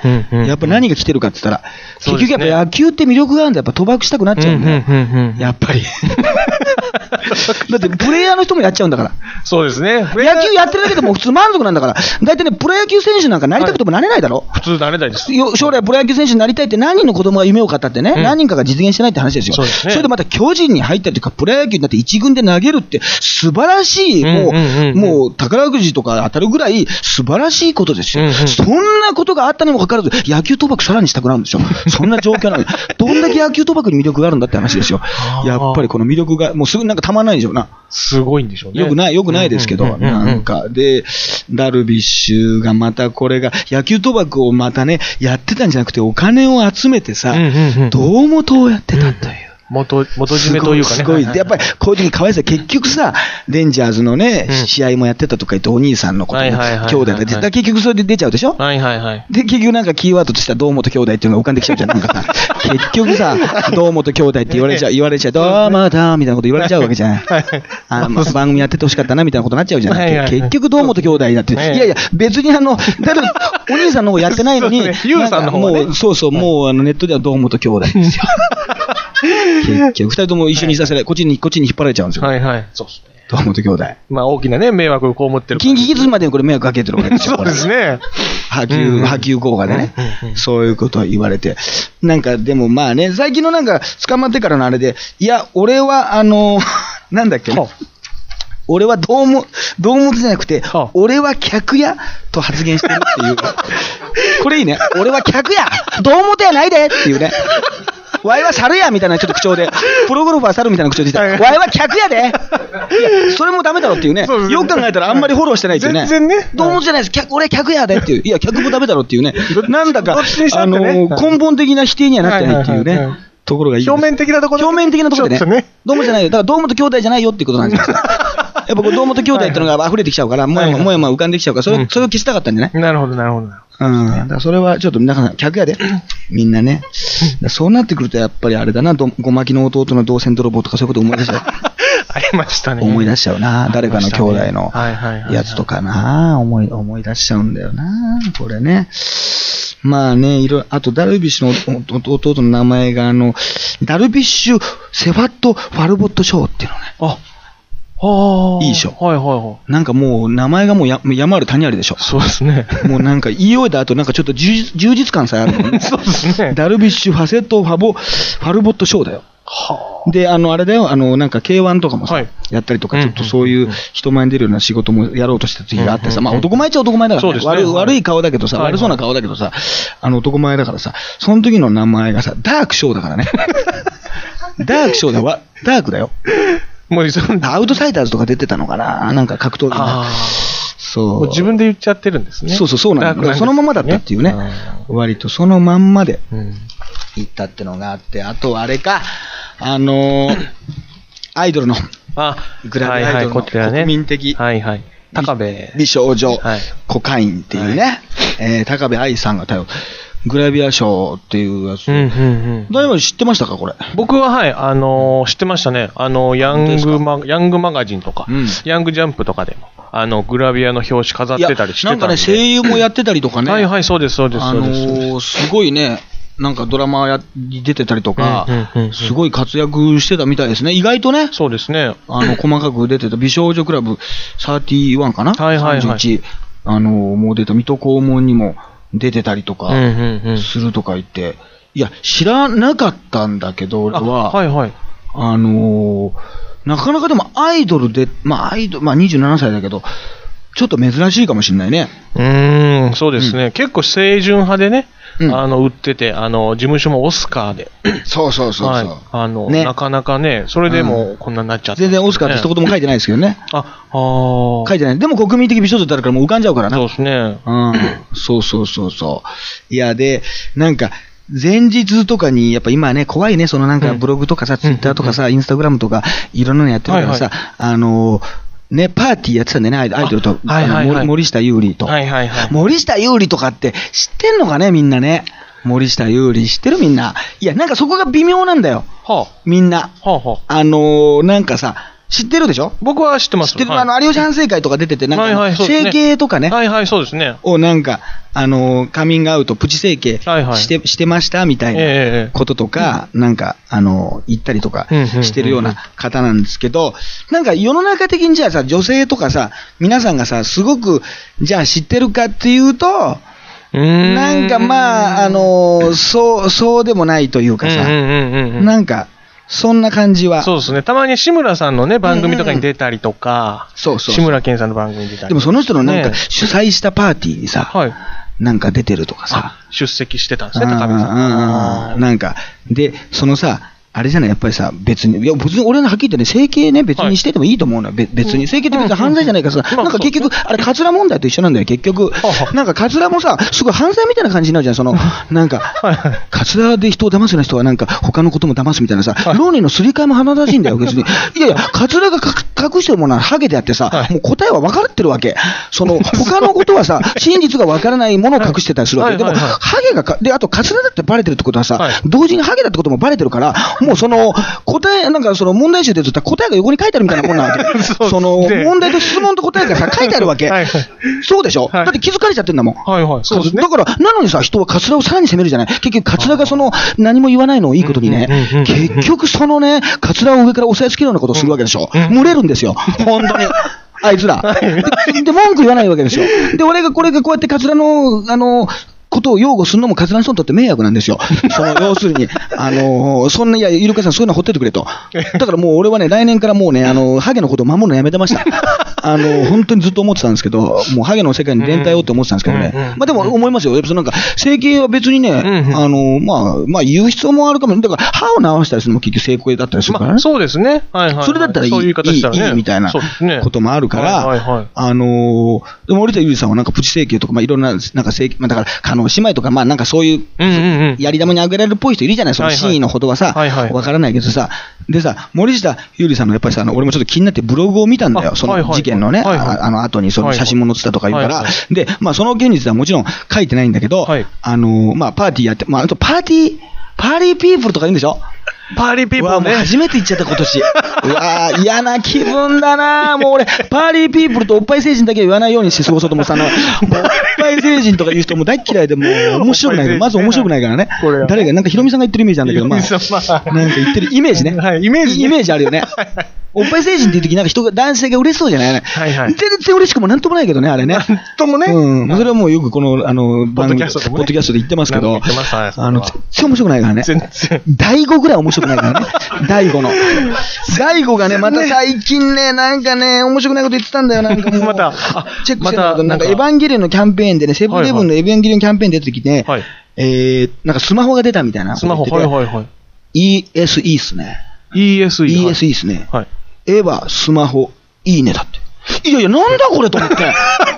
[SPEAKER 1] やっぱ何が来てるかって言ったら、結局やっぱ野球って魅力があるんだよ。やっぱ賭博したくなっちゃうんだよ。やっぱり。だってプレイヤーの人もやっちゃうんだから。
[SPEAKER 2] そうですね。
[SPEAKER 1] 野球やってるだけでも普通満足なんだから。だいたいね、プロ野球選手なんかなりたくてもなれないだろ。
[SPEAKER 2] 普通なれないです。
[SPEAKER 1] 将来プロ野球選手になりたいって何人の子供が夢を語ってね、何人かが実現してないって話ですよ。それでまた巨人に入ったりとか、プロ野球になって一軍で投げるって素晴らしい、もう宝くじとか当たるぐらい素晴らしいことですよ。そんなことがあったにもかかわらず、野球賭博さらにしたくなるんですよ。そんな状況なのに。どんだけ野球賭博に魅力があるんだって話ですよ。やっぱりこの魅力が、もうすぐなんかたまんないでしょうな。
[SPEAKER 2] すごいんでしょうね。
[SPEAKER 1] よくないですけど、なんか。で、ダルビッシュがまたこれが、野球賭博をまたね、やってたんじゃなくてお金を集めてさ、胴元をやってたという。
[SPEAKER 2] 元締めというかね。
[SPEAKER 1] すごい。で、やっぱりこういう時にかわいそう。結局さ、レンジャーズのね、試合もやってたとか言って、お兄さんのことも兄弟が出てた。結局それで出ちゃうでしょ。で、結局なんかキーワードとしては堂本兄弟っていうのが浮かんできちゃうじゃん。なんかさ、結局さ、堂本兄弟って言われちゃう、どうもだみたいなこと言われちゃうわけじゃん。番組やっててほしかったなみたいなことになっちゃうじゃない。結局堂本兄弟だって。いやいや、別にお兄さんの方やってないのに、
[SPEAKER 2] ユウさんの方はね。
[SPEAKER 1] そうそう、もうネットでは堂本兄弟ですよ。結局、二人とも一緒にいさせない、こっちに引っ張られちゃうんですよ。
[SPEAKER 2] はいはい。そうですね。
[SPEAKER 1] 堂本兄弟。
[SPEAKER 2] まあ大きなね、迷惑を被ってる。
[SPEAKER 1] キンキキッズまでこれ迷惑かけてるわけですよ。
[SPEAKER 2] そうですね。
[SPEAKER 1] 波及効果でね。そういうことを言われて。なんか、でもまあね、最近のなんか、捕まってからのあれで、いや、俺は、なんだっけな。俺は堂本じゃなくて、俺は客やと発言してるっていう。これいいね。俺は客や堂本やないでっていうね。わいは猿やみたいなちょっと口調で、プロゴルファー猿みたいな口調で言ったら、わいは客やでいや、それもダメだろっていうね。よく考えたらあんまりフォローしてないっていうね。
[SPEAKER 2] 全然ね。
[SPEAKER 1] 堂本じゃないです。俺客やでっていう。いや、客もダメだろっていうね。なんだか、根本的な否定にはなってないっていうね。ところがいい。
[SPEAKER 2] 表面的なところ
[SPEAKER 1] でね。堂本じゃないよ。だから堂本兄弟じゃないよっていうことなんですよ。やっぱ堂本兄弟っていうのが溢れてきちゃうから、もや浮かんできちゃうから、それを消したかったんじゃない？
[SPEAKER 2] なるほど、なるほど。
[SPEAKER 1] だからそれはちょっと、皆さん、客やで。みんなね。そうなってくると、やっぱりあれだな、ごまきの弟の銅線泥棒とかそういうこと思い出しちゃう。
[SPEAKER 2] ありましたね。
[SPEAKER 1] 思い出しちゃうな。誰かの兄弟のやつとかな。思い出しちゃうんだよな。これね。まあね、あと、ダルビッシュの弟の名前が、ダルビッシュ・セファット・ファルボット賞っていうのね。いいでしょ。なんかもう、名前がもう山ある谷ありでしょ。
[SPEAKER 2] そうですね。
[SPEAKER 1] もうなんか言い終えた後、なんかちょっと充実感さえあるもんね。
[SPEAKER 2] そうですね。
[SPEAKER 1] ダルビッシュ・ファセット・ファルボット賞だよ。で、あれだよ、なんか K1 とかもさ、やったりとか、ちょっとそういう人前に出るような仕事もやろうとした時があってさ、まあ男前っちゃ男前だからね。悪い顔だけどさ、悪そうな顔だけどさ、男前だからさ、その時の名前がさ、ダークショーだからね。ダークショーだわ、ダークだよ。もうアウトサイダーズとか出てたのかな、なんか格闘技そう。
[SPEAKER 2] 自分で言っちゃってるんですね。
[SPEAKER 1] そうなんだ。そのままだったっていうね。割とそのまんまで行ったってのがあって、あとあれか、アイドルの、グラビアアイドルの国民的、
[SPEAKER 2] 高部
[SPEAKER 1] 美少女コカインっていうね、高部愛さんが頼る。グラビア賞っていうやつ。誰も知ってましたか、これ。
[SPEAKER 2] 僕は、知ってましたね。ヤングマガジンとか、ヤングジャンプとかでも、グラビアの表紙飾ってたりしてたんで。
[SPEAKER 1] なんかね、声優もやってたりとかね。
[SPEAKER 2] そうです。
[SPEAKER 1] すごいね、なんかドラマに出てたりとか、すごい活躍してたみたいですね。意外とね。
[SPEAKER 2] そうですね。
[SPEAKER 1] 細かく出てた、美少女クラブ31かな ?31。もう出た、水戸黄門にも、出てたりとかするとか言っていや、知らなかったんだけど、俺は。
[SPEAKER 2] はいはい。
[SPEAKER 1] なかなかでもアイドルで、27歳だけど、ちょっと珍しいかもしれないね。
[SPEAKER 2] そうですね。結構清純派でね、売ってて、事務所もオスカーで。
[SPEAKER 1] そうそうそう。
[SPEAKER 2] なかなかね、それでもこんなになっちゃった。
[SPEAKER 1] 全然オスカーって一言も書いてないですけどね。書いてない。でも国民的美少女ってあるからもう浮かんじゃうからな。
[SPEAKER 2] そうですね。
[SPEAKER 1] そう。いや、で、なんか、前日とかに、やっぱ今ね、怖いね、そのなんかブログとかさ、ツイッターとかさ、インスタグラムとか、いろんなのやってるからさ、ね、パーティーやってたんだよね、アイドルと。森下優里と。森下優里とかって知ってんのかね、みんなね。森下優里知ってるみんな。いや、なんかそこが微妙なんだよ。みんな。なんかさ、知ってるでしょ？
[SPEAKER 2] 僕は知ってます。
[SPEAKER 1] 知ってる。有吉反省会とか出てて、なんか、整形とかね。
[SPEAKER 2] そうですね。
[SPEAKER 1] をなんか、カミングアウト、プチ整形してましたみたいなこととか、なんか、言ったりとかしてるような方なんですけど、なんか世の中的にじゃあさ、女性とかさ、皆さんがさ、すごく、じゃあ知ってるかっていうと、なんかまあ、そうでもないというかさ、なんか、そんな感じは。
[SPEAKER 2] そうですね。たまに志村さんのね、番組とかに出たりとか、志村けんさんの番組に出たり。
[SPEAKER 1] でもその人のなんか主催したパーティーにさ、なんか出てるとかさ。
[SPEAKER 2] 出席してたんですね、高見さん。
[SPEAKER 1] なんか、で、そのさ、あれじゃない、やっぱりさ、別に俺のはっきり言ってね、整形ね、別にしててもいいと思うのよ、別に。整形って別に犯罪じゃないからさ、なんか結局、あれ、カツラ問題と一緒なんだよ、結局。なんかカツラもさ、すごい犯罪みたいな感じになるじゃん、なんか、カツラで人を騙すような人は、なんか、他のことも騙すみたいなさ、浪人のすり替えも鼻らしいんだよ、別に。いや、カツラが隠してるものはハゲであってさ、もう答えは分かってるわけ。他のことはさ、真実が分からないものを隠してたりするわけ。でも、ハゲがで、あとカツラだってバレてるってことはさ、同時にハゲだってこともバレてるから、もう答え、なんか問題集でずっと答えが横に書いてあるみたいなもんなわけ。問題と質問と答えがさ、書いてあるわけ。そうでしょ？だって気づかれちゃってんだもん。だから、なのにさ、人はカツラをさらに責めるじゃない。結局、カツラが何も言わないのをいいことにね、結局カツラを上から押さえつけるようなことをするわけでしょ。群れるんですよ。本当に。あいつら。で、文句言わないわけですよ。で、これがこうやってカツラの、ことを擁護するのもカツラの人にとって迷惑なんですよ。要するに、いや、イルカさんそういうのほってってくれと。だからもう俺はね、来年からもうね、ハゲのことを守るのやめてました。本当にずっと思ってたんですけど、もうハゲの世界に連帯をって思ってたんですけどね。まあでも思いますよ。やっぱなんか、整形は別にね、まあ言う必要もあるかも。だから歯を直したりするのも結局整形だったりするからね。
[SPEAKER 2] そうですね。
[SPEAKER 1] それだったらいいみたいなこともあるから、でも森田裕二さんはなんかプチ整形とか、まあいろんな、なんか整形、まあだから、姉妹とか、まあなんかそういう、やり玉にあげられるっぽい人いるじゃない、その真意のほどはさ、わからないけどさ、でさ、森下優里さんのやっぱりさ、俺もちょっと気になってブログを見たんだよ、その事件のね、後にその写真も載ってたとか言うから、で、まあその件についてはもちろん書いてないんだけど、まあパーティーやって、まああとパーティーピープルとか言うんでしょ？
[SPEAKER 2] パーリーピープルね。
[SPEAKER 1] もう初めて言っちゃった今年。うわー、嫌な気分だな。もう俺、パーリーピープルとおっぱい星人だけは言わないようにして過ごそうと思ってたの。もうおっぱい星人とか言う人も大っ嫌いで、もう面白くない。まず面白くないからね。誰が、なんかヒロミさんが言ってるイメージなんだけど、まあ、なんか言ってるイメージね。イメージあるよね。おっぱい星人っていう時なんか男性が嬉しそうじゃないね。全然嬉しくもなんともないけどね、あれね。
[SPEAKER 2] なんともね。
[SPEAKER 1] それはもうよくこの、ポッドキャストで言ってますけど、全然面白くないからね。第5ぐらい面白くないからね。第5がね、また最近ね、なんかね、面白くないこと言ってたんだよ、なんかもう。また、チェックしてると、なんかエヴァンゲリオンのキャンペーンでね、セブンイレブンのエヴァンゲリオンキャンペーン出てきて、なんかスマホが出たみたいな。
[SPEAKER 2] スマホ、
[SPEAKER 1] ESE っすね。
[SPEAKER 2] ESE
[SPEAKER 1] っすね。エヴァ、スマホ、いいねだって。いやいや、なんだこれと思って。全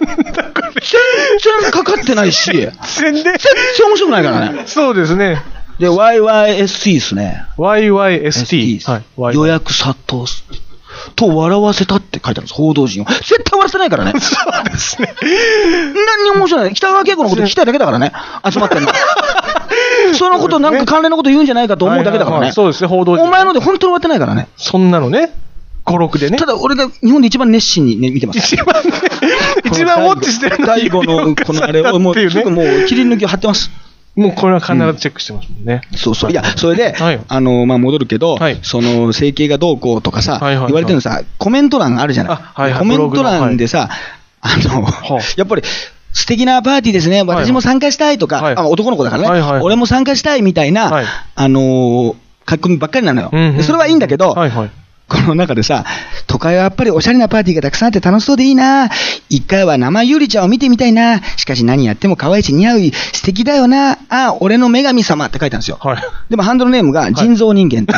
[SPEAKER 1] 然かかってないし。全然面白くないからね。
[SPEAKER 2] そうですね。
[SPEAKER 1] で、YYST ですね。
[SPEAKER 2] YYST。
[SPEAKER 1] 予約殺到す。と笑わせたって書いてあるんです、報道陣を。絶対笑わせないからね。
[SPEAKER 2] そうですね。
[SPEAKER 1] 何にも面白いない。北川景子のこと聞きたいだけだからね。集まってんの。そのことなんか関連のこと言うんじゃないかと思うだけだからね。
[SPEAKER 2] そうですね、報道陣。
[SPEAKER 1] お前ので本当に終わってないからね。
[SPEAKER 2] そんなのね。5、6でね。
[SPEAKER 1] ただ俺が日本で一番熱心にね、見てます。
[SPEAKER 2] 一番ウォッチしてる。
[SPEAKER 1] 第5のこのあれをもう切り抜きを貼ってます。
[SPEAKER 2] もうこれは必ずチェックしてますもんね。
[SPEAKER 1] そうそう。いや、それで、まあ戻るけど、その整形がどうこうとかさ、言われてるのさ、コメント欄あるじゃない。コメント欄でさ、やっぱり、 素敵なパーティーですね、私も参加したいとか、男の子だからね、俺も参加したいみたいな、書き込みばっかりなのよ。それはいいんだけど、この中でさ、都会はやっぱりおしゃれなパーティーがたくさんあって楽しそうでいいな。一回は生ゆりちゃんを見てみたいな。しかし何やっても可愛いし似合う素敵だよな。あ、俺の女神様って書いたんですよ。でもハンドルネームが人造人間って、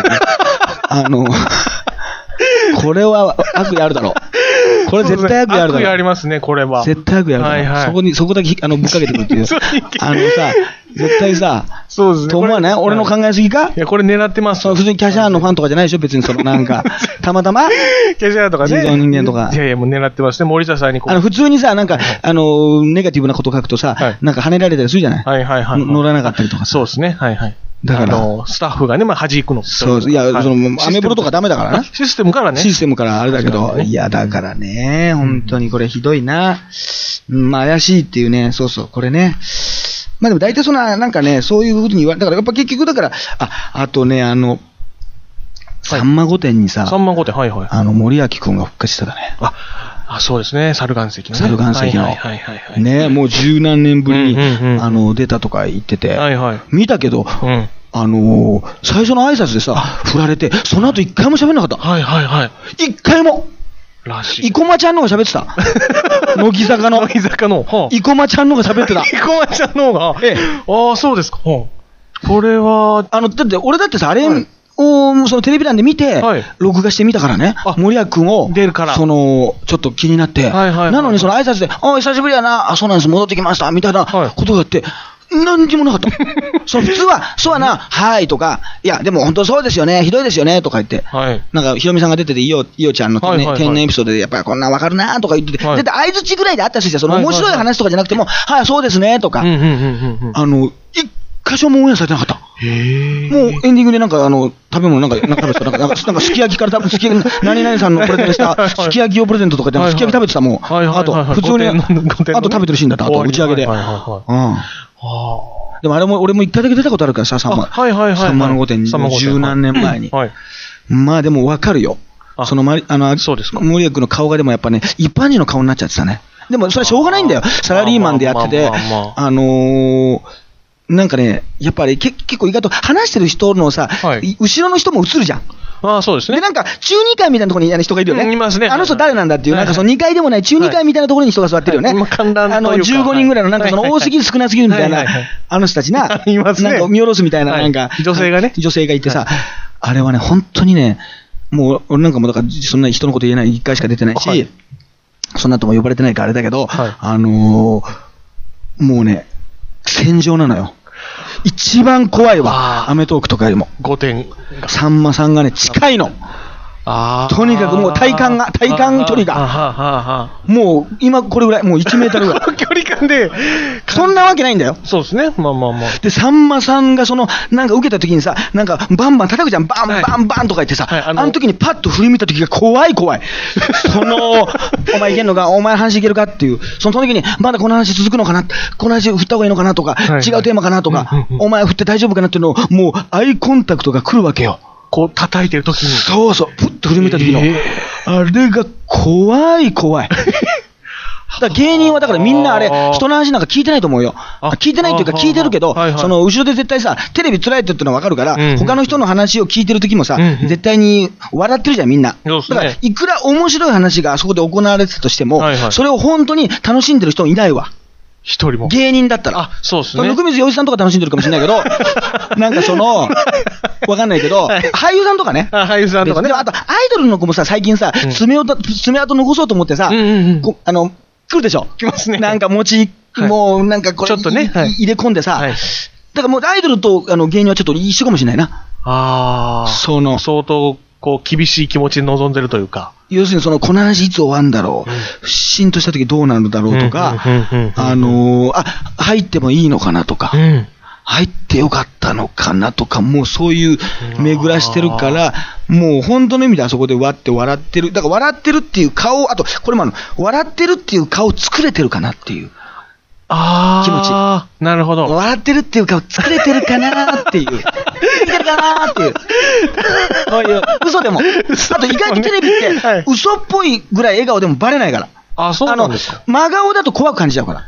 [SPEAKER 1] これは悪意あるだろう。これ絶対悪意あるだろう。
[SPEAKER 2] 悪意ありますね、これは。
[SPEAKER 1] 絶対悪意あるだろう。そこだけぶっかけてくるっていう。さ、絶対さ、
[SPEAKER 2] そうですね。
[SPEAKER 1] と思わない？俺の考えすぎか？
[SPEAKER 2] いや、これ狙ってます。
[SPEAKER 1] 普通にキャシャーンのファンとかじゃないでしょ、別になんか、たまたま
[SPEAKER 2] キャシャーとかね。
[SPEAKER 1] 人造人間とか。
[SPEAKER 2] いやいや、もう狙ってますね、森田さんに
[SPEAKER 1] 普通にさ、なんか、ネガティブなこと書くとさ、なんか跳ねられたりするじゃない？乗らなかったりとか。
[SPEAKER 2] そうですね、
[SPEAKER 1] だから、
[SPEAKER 2] スタッフがね、弾くの。
[SPEAKER 1] そう、いや、アメブロとかダメだからな。
[SPEAKER 2] システムからね。
[SPEAKER 1] システムからあれだけど、いや、だからね、本当にこれひどいな。怪しいっていうね、そうそう、これね。でも大体なんかね、そういうふうに言われ、だからやっぱ結局だから、あとね、さんま御殿にさ、森脇くんが復活してたね。
[SPEAKER 2] そうですね、猿岩石の。
[SPEAKER 1] 猿岩石の。ね、もう十何年ぶりに、出たとか言ってて、見たけど、最初の挨拶でさ、振られて、その後一回も喋んなかった。一回も。生駒ちゃんの方が喋ってた。乃木坂の。生駒ちゃんの方が喋ってた。
[SPEAKER 2] 生駒ちゃんの方がそうですか。これは、
[SPEAKER 1] だって俺だってさ、あれ、そのテレビ欄で見て、録画してみたからね、森脇君を、
[SPEAKER 2] 出るから。
[SPEAKER 1] ちょっと気になって、なのにその挨拶で、久しぶりやな、そうなんです、戻ってきました、みたいなことがあって、何にもなかった。普通は、そうやな、はいとか、いや、でも本当そうですよね、ひどいですよね、とか言って、なんか、ひろみさんが出てて、いおちゃんの天然エピソードで、やっぱりこんなわかるな、とか言ってて、だって相づちぐらいであったし、面白い話とかじゃなくても、そうですね、とか、一箇所もオンエアされてなかった。もうエンディングでなんか食べ物なんか食べてた。なんかすき焼きから何々さんのプレゼントしたすき焼きをプレゼントとかですき焼き食べてたもん。あと普通にあと食べてるシーンだった。あと打ち上げで。でもあれも俺も一回だけ出たことあるからさ、さんまの御殿に十何年前に。まあでもわかるよ。森脇君の顔がでもやっぱね一般人の顔になっちゃってたね。でもそれはしょうがないんだよ。サラリーマンでやっててなんかね、やっぱり結構意外と話してる人のさ、後ろの人も映るじゃん。
[SPEAKER 2] そうですね。
[SPEAKER 1] で、なんか中2階みたいなところに人がいるよね。
[SPEAKER 2] いますね。
[SPEAKER 1] あの人誰なんだっていう、なんか2階でもない中2階みたいなところに人が座ってるよね。15人ぐらいの、なんか多すぎる少なすぎるみたいな、あの人たちな、なんか見下ろすみたいな、なんか、
[SPEAKER 2] 女性が
[SPEAKER 1] いてさ、あれはね、本当にね、もう、俺なんかもだから、そんな人のこと言えない、1回しか出てないし、そんなとも呼ばれてないからあれだけど、もうね、戦場なのよ。一番怖いわ。アメトーークとかよりも。
[SPEAKER 2] 5点。
[SPEAKER 1] さんまさんがね、近いの。とにかくもう体感距離が。もう、今これぐらい、もう1メートルぐらい。
[SPEAKER 2] 距離感で。
[SPEAKER 1] そんなわけないんだよ。
[SPEAKER 2] そうですね。まあ。
[SPEAKER 1] で、さんまさんがなんか受けた時にさ、なんかバンバン叩くじゃん。バンバンバンとか言ってさ、あの時にパッと振り向いた時が怖い。お前いけんのか、お前話いけるかっていう。その時に、まだこの話続くのかな、この話振った方がいいのかなとか、違うテーマかなとか、お前振って大丈夫かなっていうのを、もうアイコンタクトが来るわけよ。
[SPEAKER 2] こう叩いてる時に。
[SPEAKER 1] そう、ふっと振り向いた時の。あれが怖い。だ芸人はだからみんなあれ、人の話なんか聞いてないと思うよ。聞いてないっていうか聞いてるけど、その後ろで絶対さ、テレビつらいっていうのはわかるから、他の人の話を聞いてる時もさ、絶対に笑ってるじゃん、みんな。だから、いくら面白い話があそこで行われてたとしても、それを本当に楽しんでる人いないわ。
[SPEAKER 2] 一人も。
[SPEAKER 1] 芸人だったら。
[SPEAKER 2] そうですね。
[SPEAKER 1] 温水洋一さんとか楽しんでるかもしれないけど、なんかわかんないけど、俳優さんとかね。
[SPEAKER 2] 俳優さんとかね。
[SPEAKER 1] あと、アイドルの子もさ、最近さ、爪痕残そうと思ってさ、来るでしょ。
[SPEAKER 2] 来ますね。
[SPEAKER 1] なんかもうなんかこれ、ちょっとね、入れ込んでさ、だからもうアイドルと芸人はちょっと一緒かもしれないな。
[SPEAKER 2] 相当、厳しい気持ちで臨んでるというか。
[SPEAKER 1] 要するにこの話いつ終わるんだろう、シーンとした時どうなるんだろうとか、入ってもいいのかなとか、入ってよかったのかなとか、もうそういう巡らしてるから、もう本当の意味であそこで笑ってる。だから笑ってるっていう顔、あと、これも笑ってるっていう顔作れてるかなっていう。気持ち。
[SPEAKER 2] なるほど。
[SPEAKER 1] 笑ってるっていう顔作れてるかなっていう。作れてるかなっていう。こういう、嘘でも。あと意外とテレビって、嘘っぽいぐらい笑顔でもバレないから。
[SPEAKER 2] そうなんですか。
[SPEAKER 1] 真顔だと怖く感じちゃうから。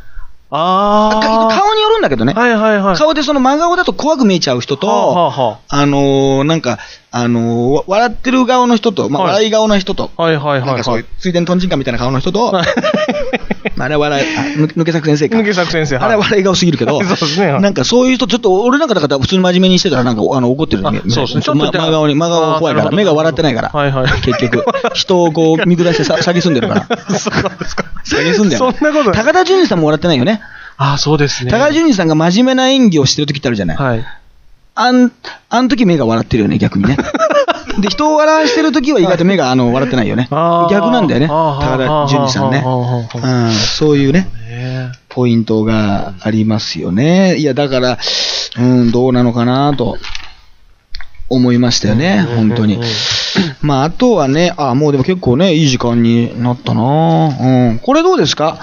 [SPEAKER 1] 顔によるんだけどね。
[SPEAKER 2] はいはいはい。
[SPEAKER 1] 顔でその真顔だと怖く見えちゃう人と、なんか、笑ってる顔の人と、まあ、笑い顔の人と、
[SPEAKER 2] はいはいはい。
[SPEAKER 1] なんかそういう、ついでにトンチンカンみたいな顔の人と、あれは抜け作先生か。
[SPEAKER 2] 抜け作先生。
[SPEAKER 1] あれは笑い顔すぎるけど、
[SPEAKER 2] そうですね。
[SPEAKER 1] なんかそういう人、ちょっと俺なんかだから普通に真面目にしてたら、なんか怒ってるね。
[SPEAKER 2] そうですね。ちょっと
[SPEAKER 1] 真顔怖いから、目が笑ってないから。
[SPEAKER 2] はいはい。
[SPEAKER 1] 結局、人をこう見下して詐欺すんでるから。
[SPEAKER 2] そうなんですか。
[SPEAKER 1] 詐欺すんでる。
[SPEAKER 2] そんなこと
[SPEAKER 1] 高田純次さんも笑ってないよね。
[SPEAKER 2] そうですね。
[SPEAKER 1] 高田純次さんが真面目な演技をしてる時ってあるじゃない。
[SPEAKER 2] はい。
[SPEAKER 1] あん時目が笑ってるよね、逆にね。で、人を笑わしてる時は意外と目が笑ってないよね。逆なんだよね、高田純次さんね。そういうね、ポイントがありますよね。いや、だから、どうなのかなと思いましたよね、本当に。まあ、あとはね、もうでも結構ね、いい時間になったな。これどうですか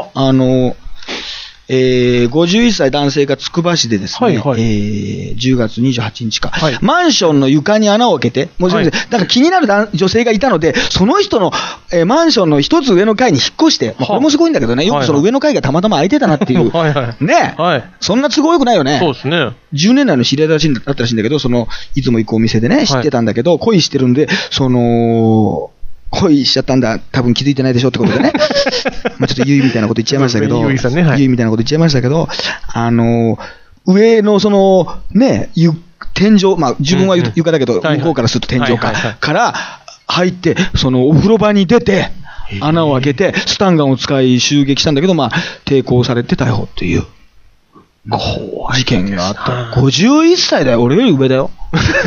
[SPEAKER 1] 51歳男性がつくば市でですね、10月28日か、マンションの床に穴を開けて、もうだから気になる女性がいたので、その人の、マンションの一つ上の階に引っ越して、これもすごいんだけどね、よくその上の階がたまたま空いてたなっていう、ね、そんな都合よくないよね。
[SPEAKER 2] そうですね。
[SPEAKER 1] 10年来の知り合いだったらしいんだけど、いつも行くお店でね、知ってたんだけど、恋してるんで、恋しちゃったんだ、多分気づいてないでしょってことでね。まあちょっとゆいみたいなこと言っちゃいましたけど、ゆいみたいなこと言っちゃいましたけど、上のね、天井、まあ自分は床だけど、向こうからすると天井から入って、お風呂場に出て、穴を開けて、スタンガンを使い襲撃したんだけど、まあ抵抗されて逮捕っていう。事件があった。51歳だよ、俺より上だよ。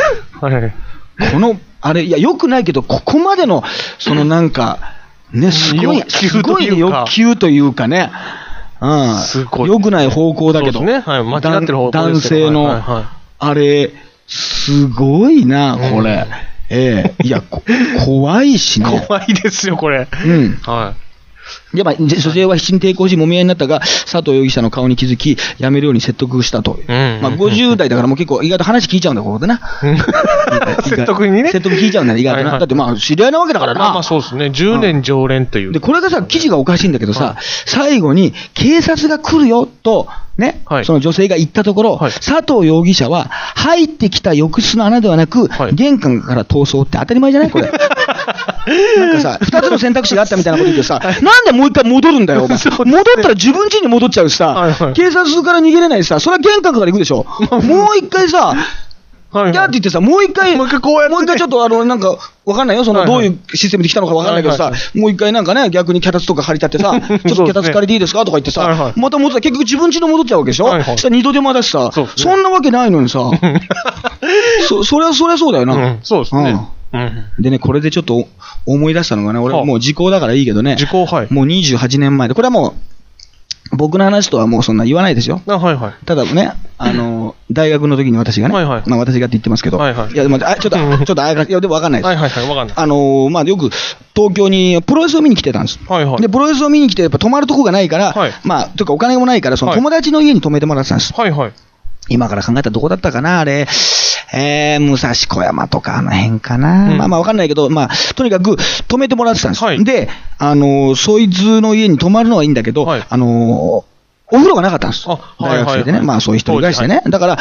[SPEAKER 1] いや、良くないけど、ここまでの、なんか、ね、すごい欲求というかね、良くない方向だけど、男性の、あれ、すごいな、これ。いや、怖いしね。
[SPEAKER 2] 怖いですよ、これ。はい。
[SPEAKER 1] で、まあ、女性は必死に抵抗し、もみ合いになったが、佐藤容疑者の顔に気づき、やめるように説得したと。まあ、50代だからもう結構、意外と話聞いちゃうんだ、ここでな。
[SPEAKER 2] 説得にね。
[SPEAKER 1] 説得聞いちゃうんだ、意外とな。だって、まあ、知り合いなわけだからな。
[SPEAKER 2] まあ、そうですね。10年常連という。
[SPEAKER 1] で、これがさ、記事がおかしいんだけどさ、最後に、警察が来るよ、と、ね、その女性が言ったところ、佐藤容疑者は、入ってきた浴室の穴ではなく、玄関から逃走って当たり前じゃないこれ。なんかさ、2つの選択肢があったみたいなこと言ってさ、なんでもう一回戻るんだよ、お前。戻ったら自分家に戻っちゃうしさ、警察から逃げれないしさ、それは玄関から行くでしょ。もう一回さ、ギャーって言ってさ、もう一回ちょっとなんか、わかんないよ、どういうシステムで来たのかわかんないけどさ、もう一回なんかね、逆に脚立とか借りたってさ、ちょっと脚立借りていいですかとか言ってさ、また戻ったら結局自分家に戻っちゃうわけでしょ。そしたら二度手間だしさ、そんなわけないのにさ、そりゃそうだよな。
[SPEAKER 2] そうですね。
[SPEAKER 1] でね、これでちょっと思い出したのがね、俺もう時効だからいいけどね、もう28年前で、これはもう、僕の話とはもうそんな言わないですよ。ただね、大学の時に私がね、まあ私がって言ってますけど、いや、でも、ちょっといや、でも分かんないです。まあよく東京にプロレスを見に来てたんです。で、プロレスを見に来て、やっぱ泊まるとこがないから、まあ、というかお金もないから、その友達の家に泊めてもらってたんです。今から考えたらどこだったかな、あれ。武蔵小山とかあの辺かな。まあわかんないけど、まあ、とにかく泊めてもらってたんです。で、そいつの家に泊まるのはいいんだけど、お風呂がなかったんです。大学生でね。まあそういう一人暮らしでね。だから、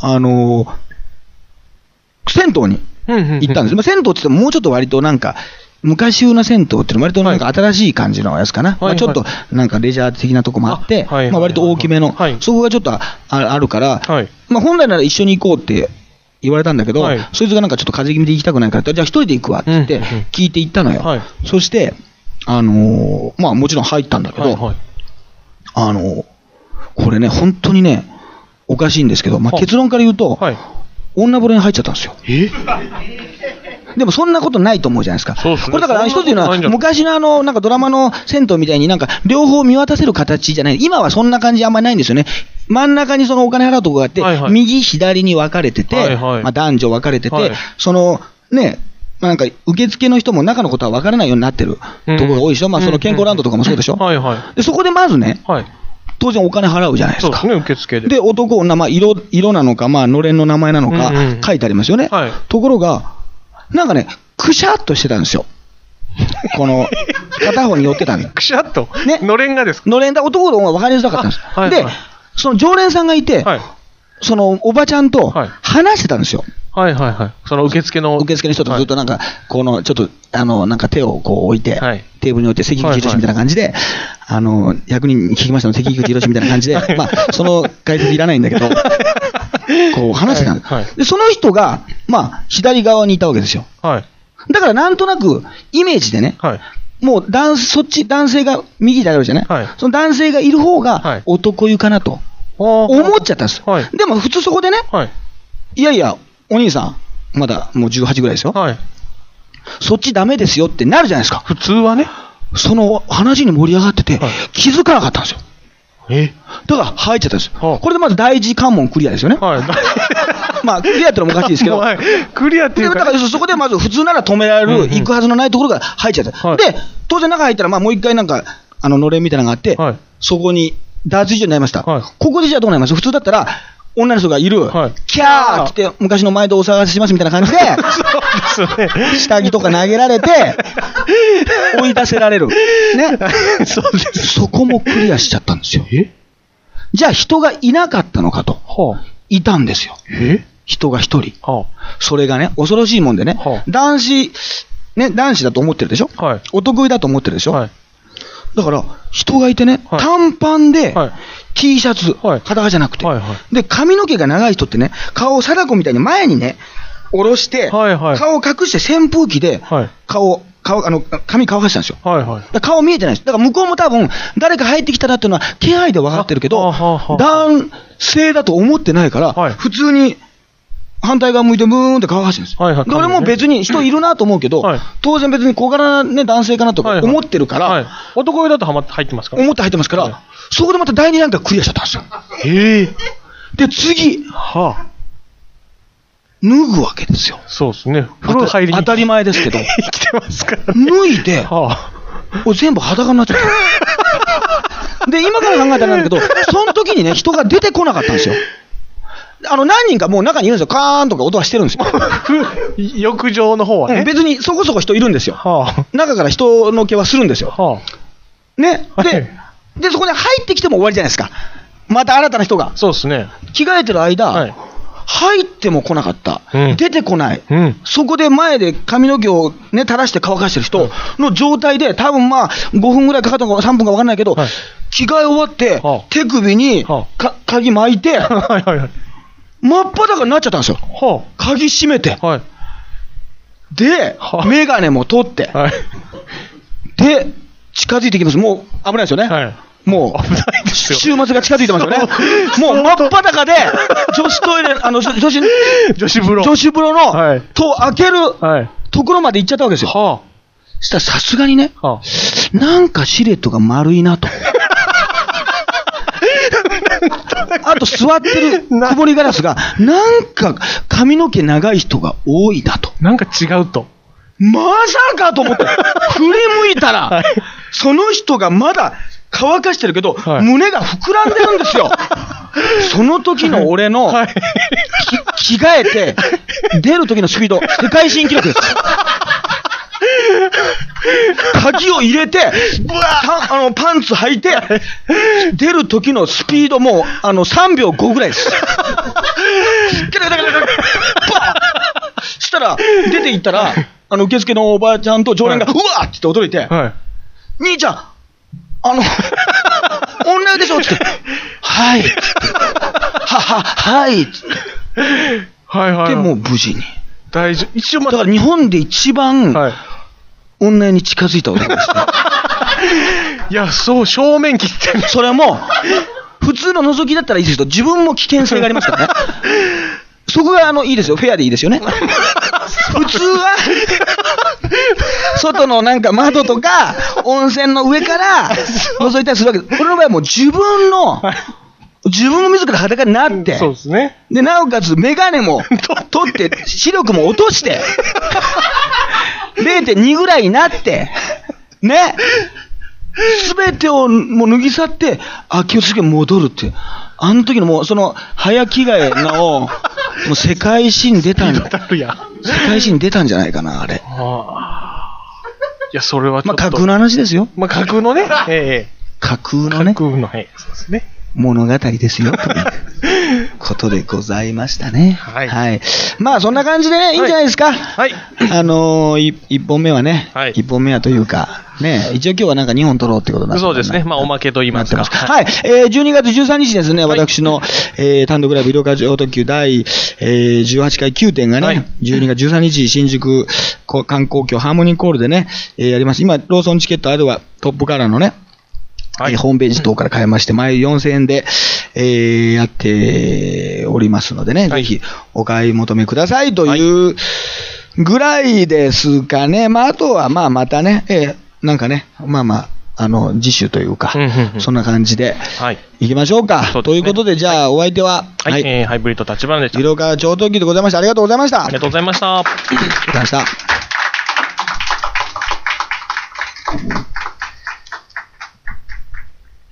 [SPEAKER 1] 銭湯に行ったんです。銭湯って言ってももうちょっと割となんか、昔風な銭湯っていうのは割となんか新しい感じのやつかな。まあちょっとなんかレジャー的なとこもあって、まあ割と大きめの、そこがちょっとあるから、まあ本来なら一緒に行こうって言われたんだけど、そいつがなんかちょっと風邪気味で行きたくないから、じゃあ一人で行くわって言って聞いて行ったのよ。そして、まあもちろん入ったんだけど、これね、本当にね、おかしいんですけど、まあ結論から言うと、女風呂に入っちゃったんですよ。でもそんなことないと思うじゃないですか。これだから一つ言うのは、昔のなんかドラマの銭湯みたいになんか両方見渡せる形じゃない。今はそんな感じあんまりないんですよね。真ん中にそのお金払うとこがあって、右左に分かれてて、まあ男女分かれてて、ね、なんか受付の人も中のことは分からないようになってるところが多いでしょ。まあその健康ランドとかもそうでしょ。でそこでまずね、当然お金払うじゃないですか。
[SPEAKER 2] 受付で。
[SPEAKER 1] で、男、女、まあ色なのか、まあのれんの名前なのか書いてありますよね。ところが、なんかね、くしゃっとしてたんですよ。 この、片方に寄ってたんです。
[SPEAKER 2] くしゃっと。ね。のれんがですか？
[SPEAKER 1] のれんだ、男の方が分かりづらかったんです。はいはい、で、その常連さんがいて、はい、そのおばちゃんと話してたんですよ。
[SPEAKER 2] はいはいはい。その受付の
[SPEAKER 1] 人とずっとなんか、この、ちょっと、なんか手をこう置いて、はい、テーブルに置いて、関口宏みたいな感じで、役人に聞きましたの、関口宏みたいな感じで、まあ、その解説いらないんだけど、こう話してたんです。はいはい、で、その人が、まあ、左側にいたわけですよ。はい、だからなんとなく、イメージでね、はい、もうそっち、男性が右であるじゃない、はい、その男性がいる方が男湯かなと思っちゃったんです。はい、でも普通そこでね、はい、いやいや、お兄さん、まだもう18ぐらいですよ、はい、そっちダメですよってなるじゃないですか。
[SPEAKER 2] 普通はね。
[SPEAKER 1] その話に盛り上がってて、はい、気づかなかったんですよ。だから入っちゃったんです。これでまず第一関門クリアですよね。はい、まあ、クリアってのもおかしいですけど、はい、
[SPEAKER 2] クリアっていうか、
[SPEAKER 1] だからそこでまず普通なら止められる、行くはずのないところが入っちゃった。はい、で、当然中入ったら、まあ、もう一回なんか、のれんみたいなのがあって、はい、そこに脱衣所になりました。はい、ここでじゃあどうなります？普通だったら、女の人がいる、はい、キャーって昔の毎度お騒がせしますみたいな感じで、そうですね、下着とか投げられて、追い出せられる。ね。そうです。そこもクリアしちゃったんですよ。じゃあ人がいなかったのかと。はあ、いたんですよ。人が一人。はあ、それがね、恐ろしいもんでね、はあ、男子だと思ってるでしょ、はい、お得意だと思ってるでしょ、はい、だから、人がいてね、はい、短パンで、はい、T シャツ、はい、裸じゃなくて、はいはい、で、髪の毛が長い人ってね、顔を貞子みたいに前にね、下ろして、はいはい、顔を隠して扇風機で、はい、髪乾かしたんですよ。はいはい、顔見えてないです。だから向こうも多分、誰か入ってきたなっていうのは気配で分かってるけど、男性だと思ってないから、はい、普通に反対側向いてブーンって乾かしてるんですよ。はいはい、俺も別に人いるなと思うけど、はい、当然別に小柄な、ね、男性かなとか思ってるから、はいはい、
[SPEAKER 2] 男湯だと入ってますから、
[SPEAKER 1] 思って入ってますから、はい、そこでまた第2段階クリアしちゃったんですよ。で、次、はあ、脱ぐわけですよ。
[SPEAKER 2] そうですね。風呂入りに
[SPEAKER 1] 当たり前ですけど。
[SPEAKER 2] 生きてますから
[SPEAKER 1] ね。脱いで、はあ、全部裸になっちゃった。で、今から考えたらなんだけど、その時にね、人が出てこなかったんですよ。何人かもう中にいるんですよ。カーンとか音はしてるんですよ。
[SPEAKER 2] 浴場の方はね。
[SPEAKER 1] 別にそこそこ人いるんですよ。はあ、中から人の気はするんですよ。はあ、ね。で、そこに入ってきても終わりじゃないですか。また新たな人が。
[SPEAKER 2] そうですね。
[SPEAKER 1] 着替えてる間、はい、入っても来なかった、うん、出てこない、うん、そこで前で髪の毛を、ね、垂らして乾かしてる人の状態で、多分まあ5分ぐらいかかったのか3分か分からないけど、はい、着替え終わって、はあ、手首に、はあ、鍵巻いて、はいはいはい、真っ裸になっちゃったんですよ、はあ、鍵閉めて、はい、で、はあ、眼鏡も取って、はい、で、近づいてきます、もう危ないですよね。はい、もう、週末が近づいてますよね。もう真っ裸で、女子トイレ、女子風呂の、はい、戸を開けるところまで行っちゃったわけですよ。はあ、そしたらさすがにね、はあ、なんかシルエットが丸いなと。あと座ってる曇りガラスが、なんか髪の毛長い人が多いなと。
[SPEAKER 2] なんか違うと。
[SPEAKER 1] まさかと思って、振り向いたら、はい、その人がまだ、乾かしてるけど、はい、胸が膨らんでるんですよ。その時の俺の、はい、着替えて、出る時のスピード、世界新記録です。鍵を入れて、パンツ履いて、出る時のスピードも3秒5ぐらいです。したら、出て行ったら、受付のおばあちゃんと常連が、うわーって驚いて、はい、兄ちゃん、女でしょってはい。はい。はいはい。で、もう無事に。
[SPEAKER 2] 大丈夫。一応
[SPEAKER 1] だから日本で一番、はい、女に近づいた男ですね。
[SPEAKER 2] いや、そう、正面切って
[SPEAKER 1] それも、普通の覗きだったらいいですけど、自分も危険性がありますからね。そこがいいですよ。フェアでいいですよね。普通は、外のなんか窓とか、温泉の上から覗いたりするわけです。これの場合はもう自分も自ら裸になって、
[SPEAKER 2] そうですね。
[SPEAKER 1] で、なおかつメガネも取って、視力も落として、0.2 ぐらいになって、ね。すべてをもう脱ぎ去って、気をつけ戻るって。あの時のもう、早着替えの、もう世界史に出たんじゃないかな、あれ。
[SPEAKER 2] や、それはちょっと。
[SPEAKER 1] 架空の話ですよ。
[SPEAKER 2] 架空のね。
[SPEAKER 1] 架空のね。
[SPEAKER 2] 架空の、そうですね。
[SPEAKER 1] 物語ですよ、ということでございましたね。
[SPEAKER 2] はい。
[SPEAKER 1] はい。まあ、そんな感じでね、いいんじゃないですか。
[SPEAKER 2] はい。
[SPEAKER 1] 1本目はね、1本目はというか、ね、一応今日はなんか2本取ろうってことなんですね。
[SPEAKER 2] そうですね。まあ、おまけと言いますか。
[SPEAKER 1] はい。12月13日ですね、私の、単独ライブ、医療課長特急第、18回9点がね、12月13日、新宿観光協ハーモニーコールでね、やります。今、ローソンチケットあるいはトップカラーのね、ホームページ等から買えまして、毎4000円で、やっておりますのでね、ぜひお買い求めくださいというぐらいですかね。まあ、あとは、まあ、またね、なんかね、まあまあ、次週というか、そんな感じで、いきましょうか。ということで、じゃあ、お相手は、
[SPEAKER 2] ハイブリッド立花でした。
[SPEAKER 1] 医療課長特急でございました。ありがとうございました。
[SPEAKER 2] ありがとうございました。
[SPEAKER 1] ありがとうございました。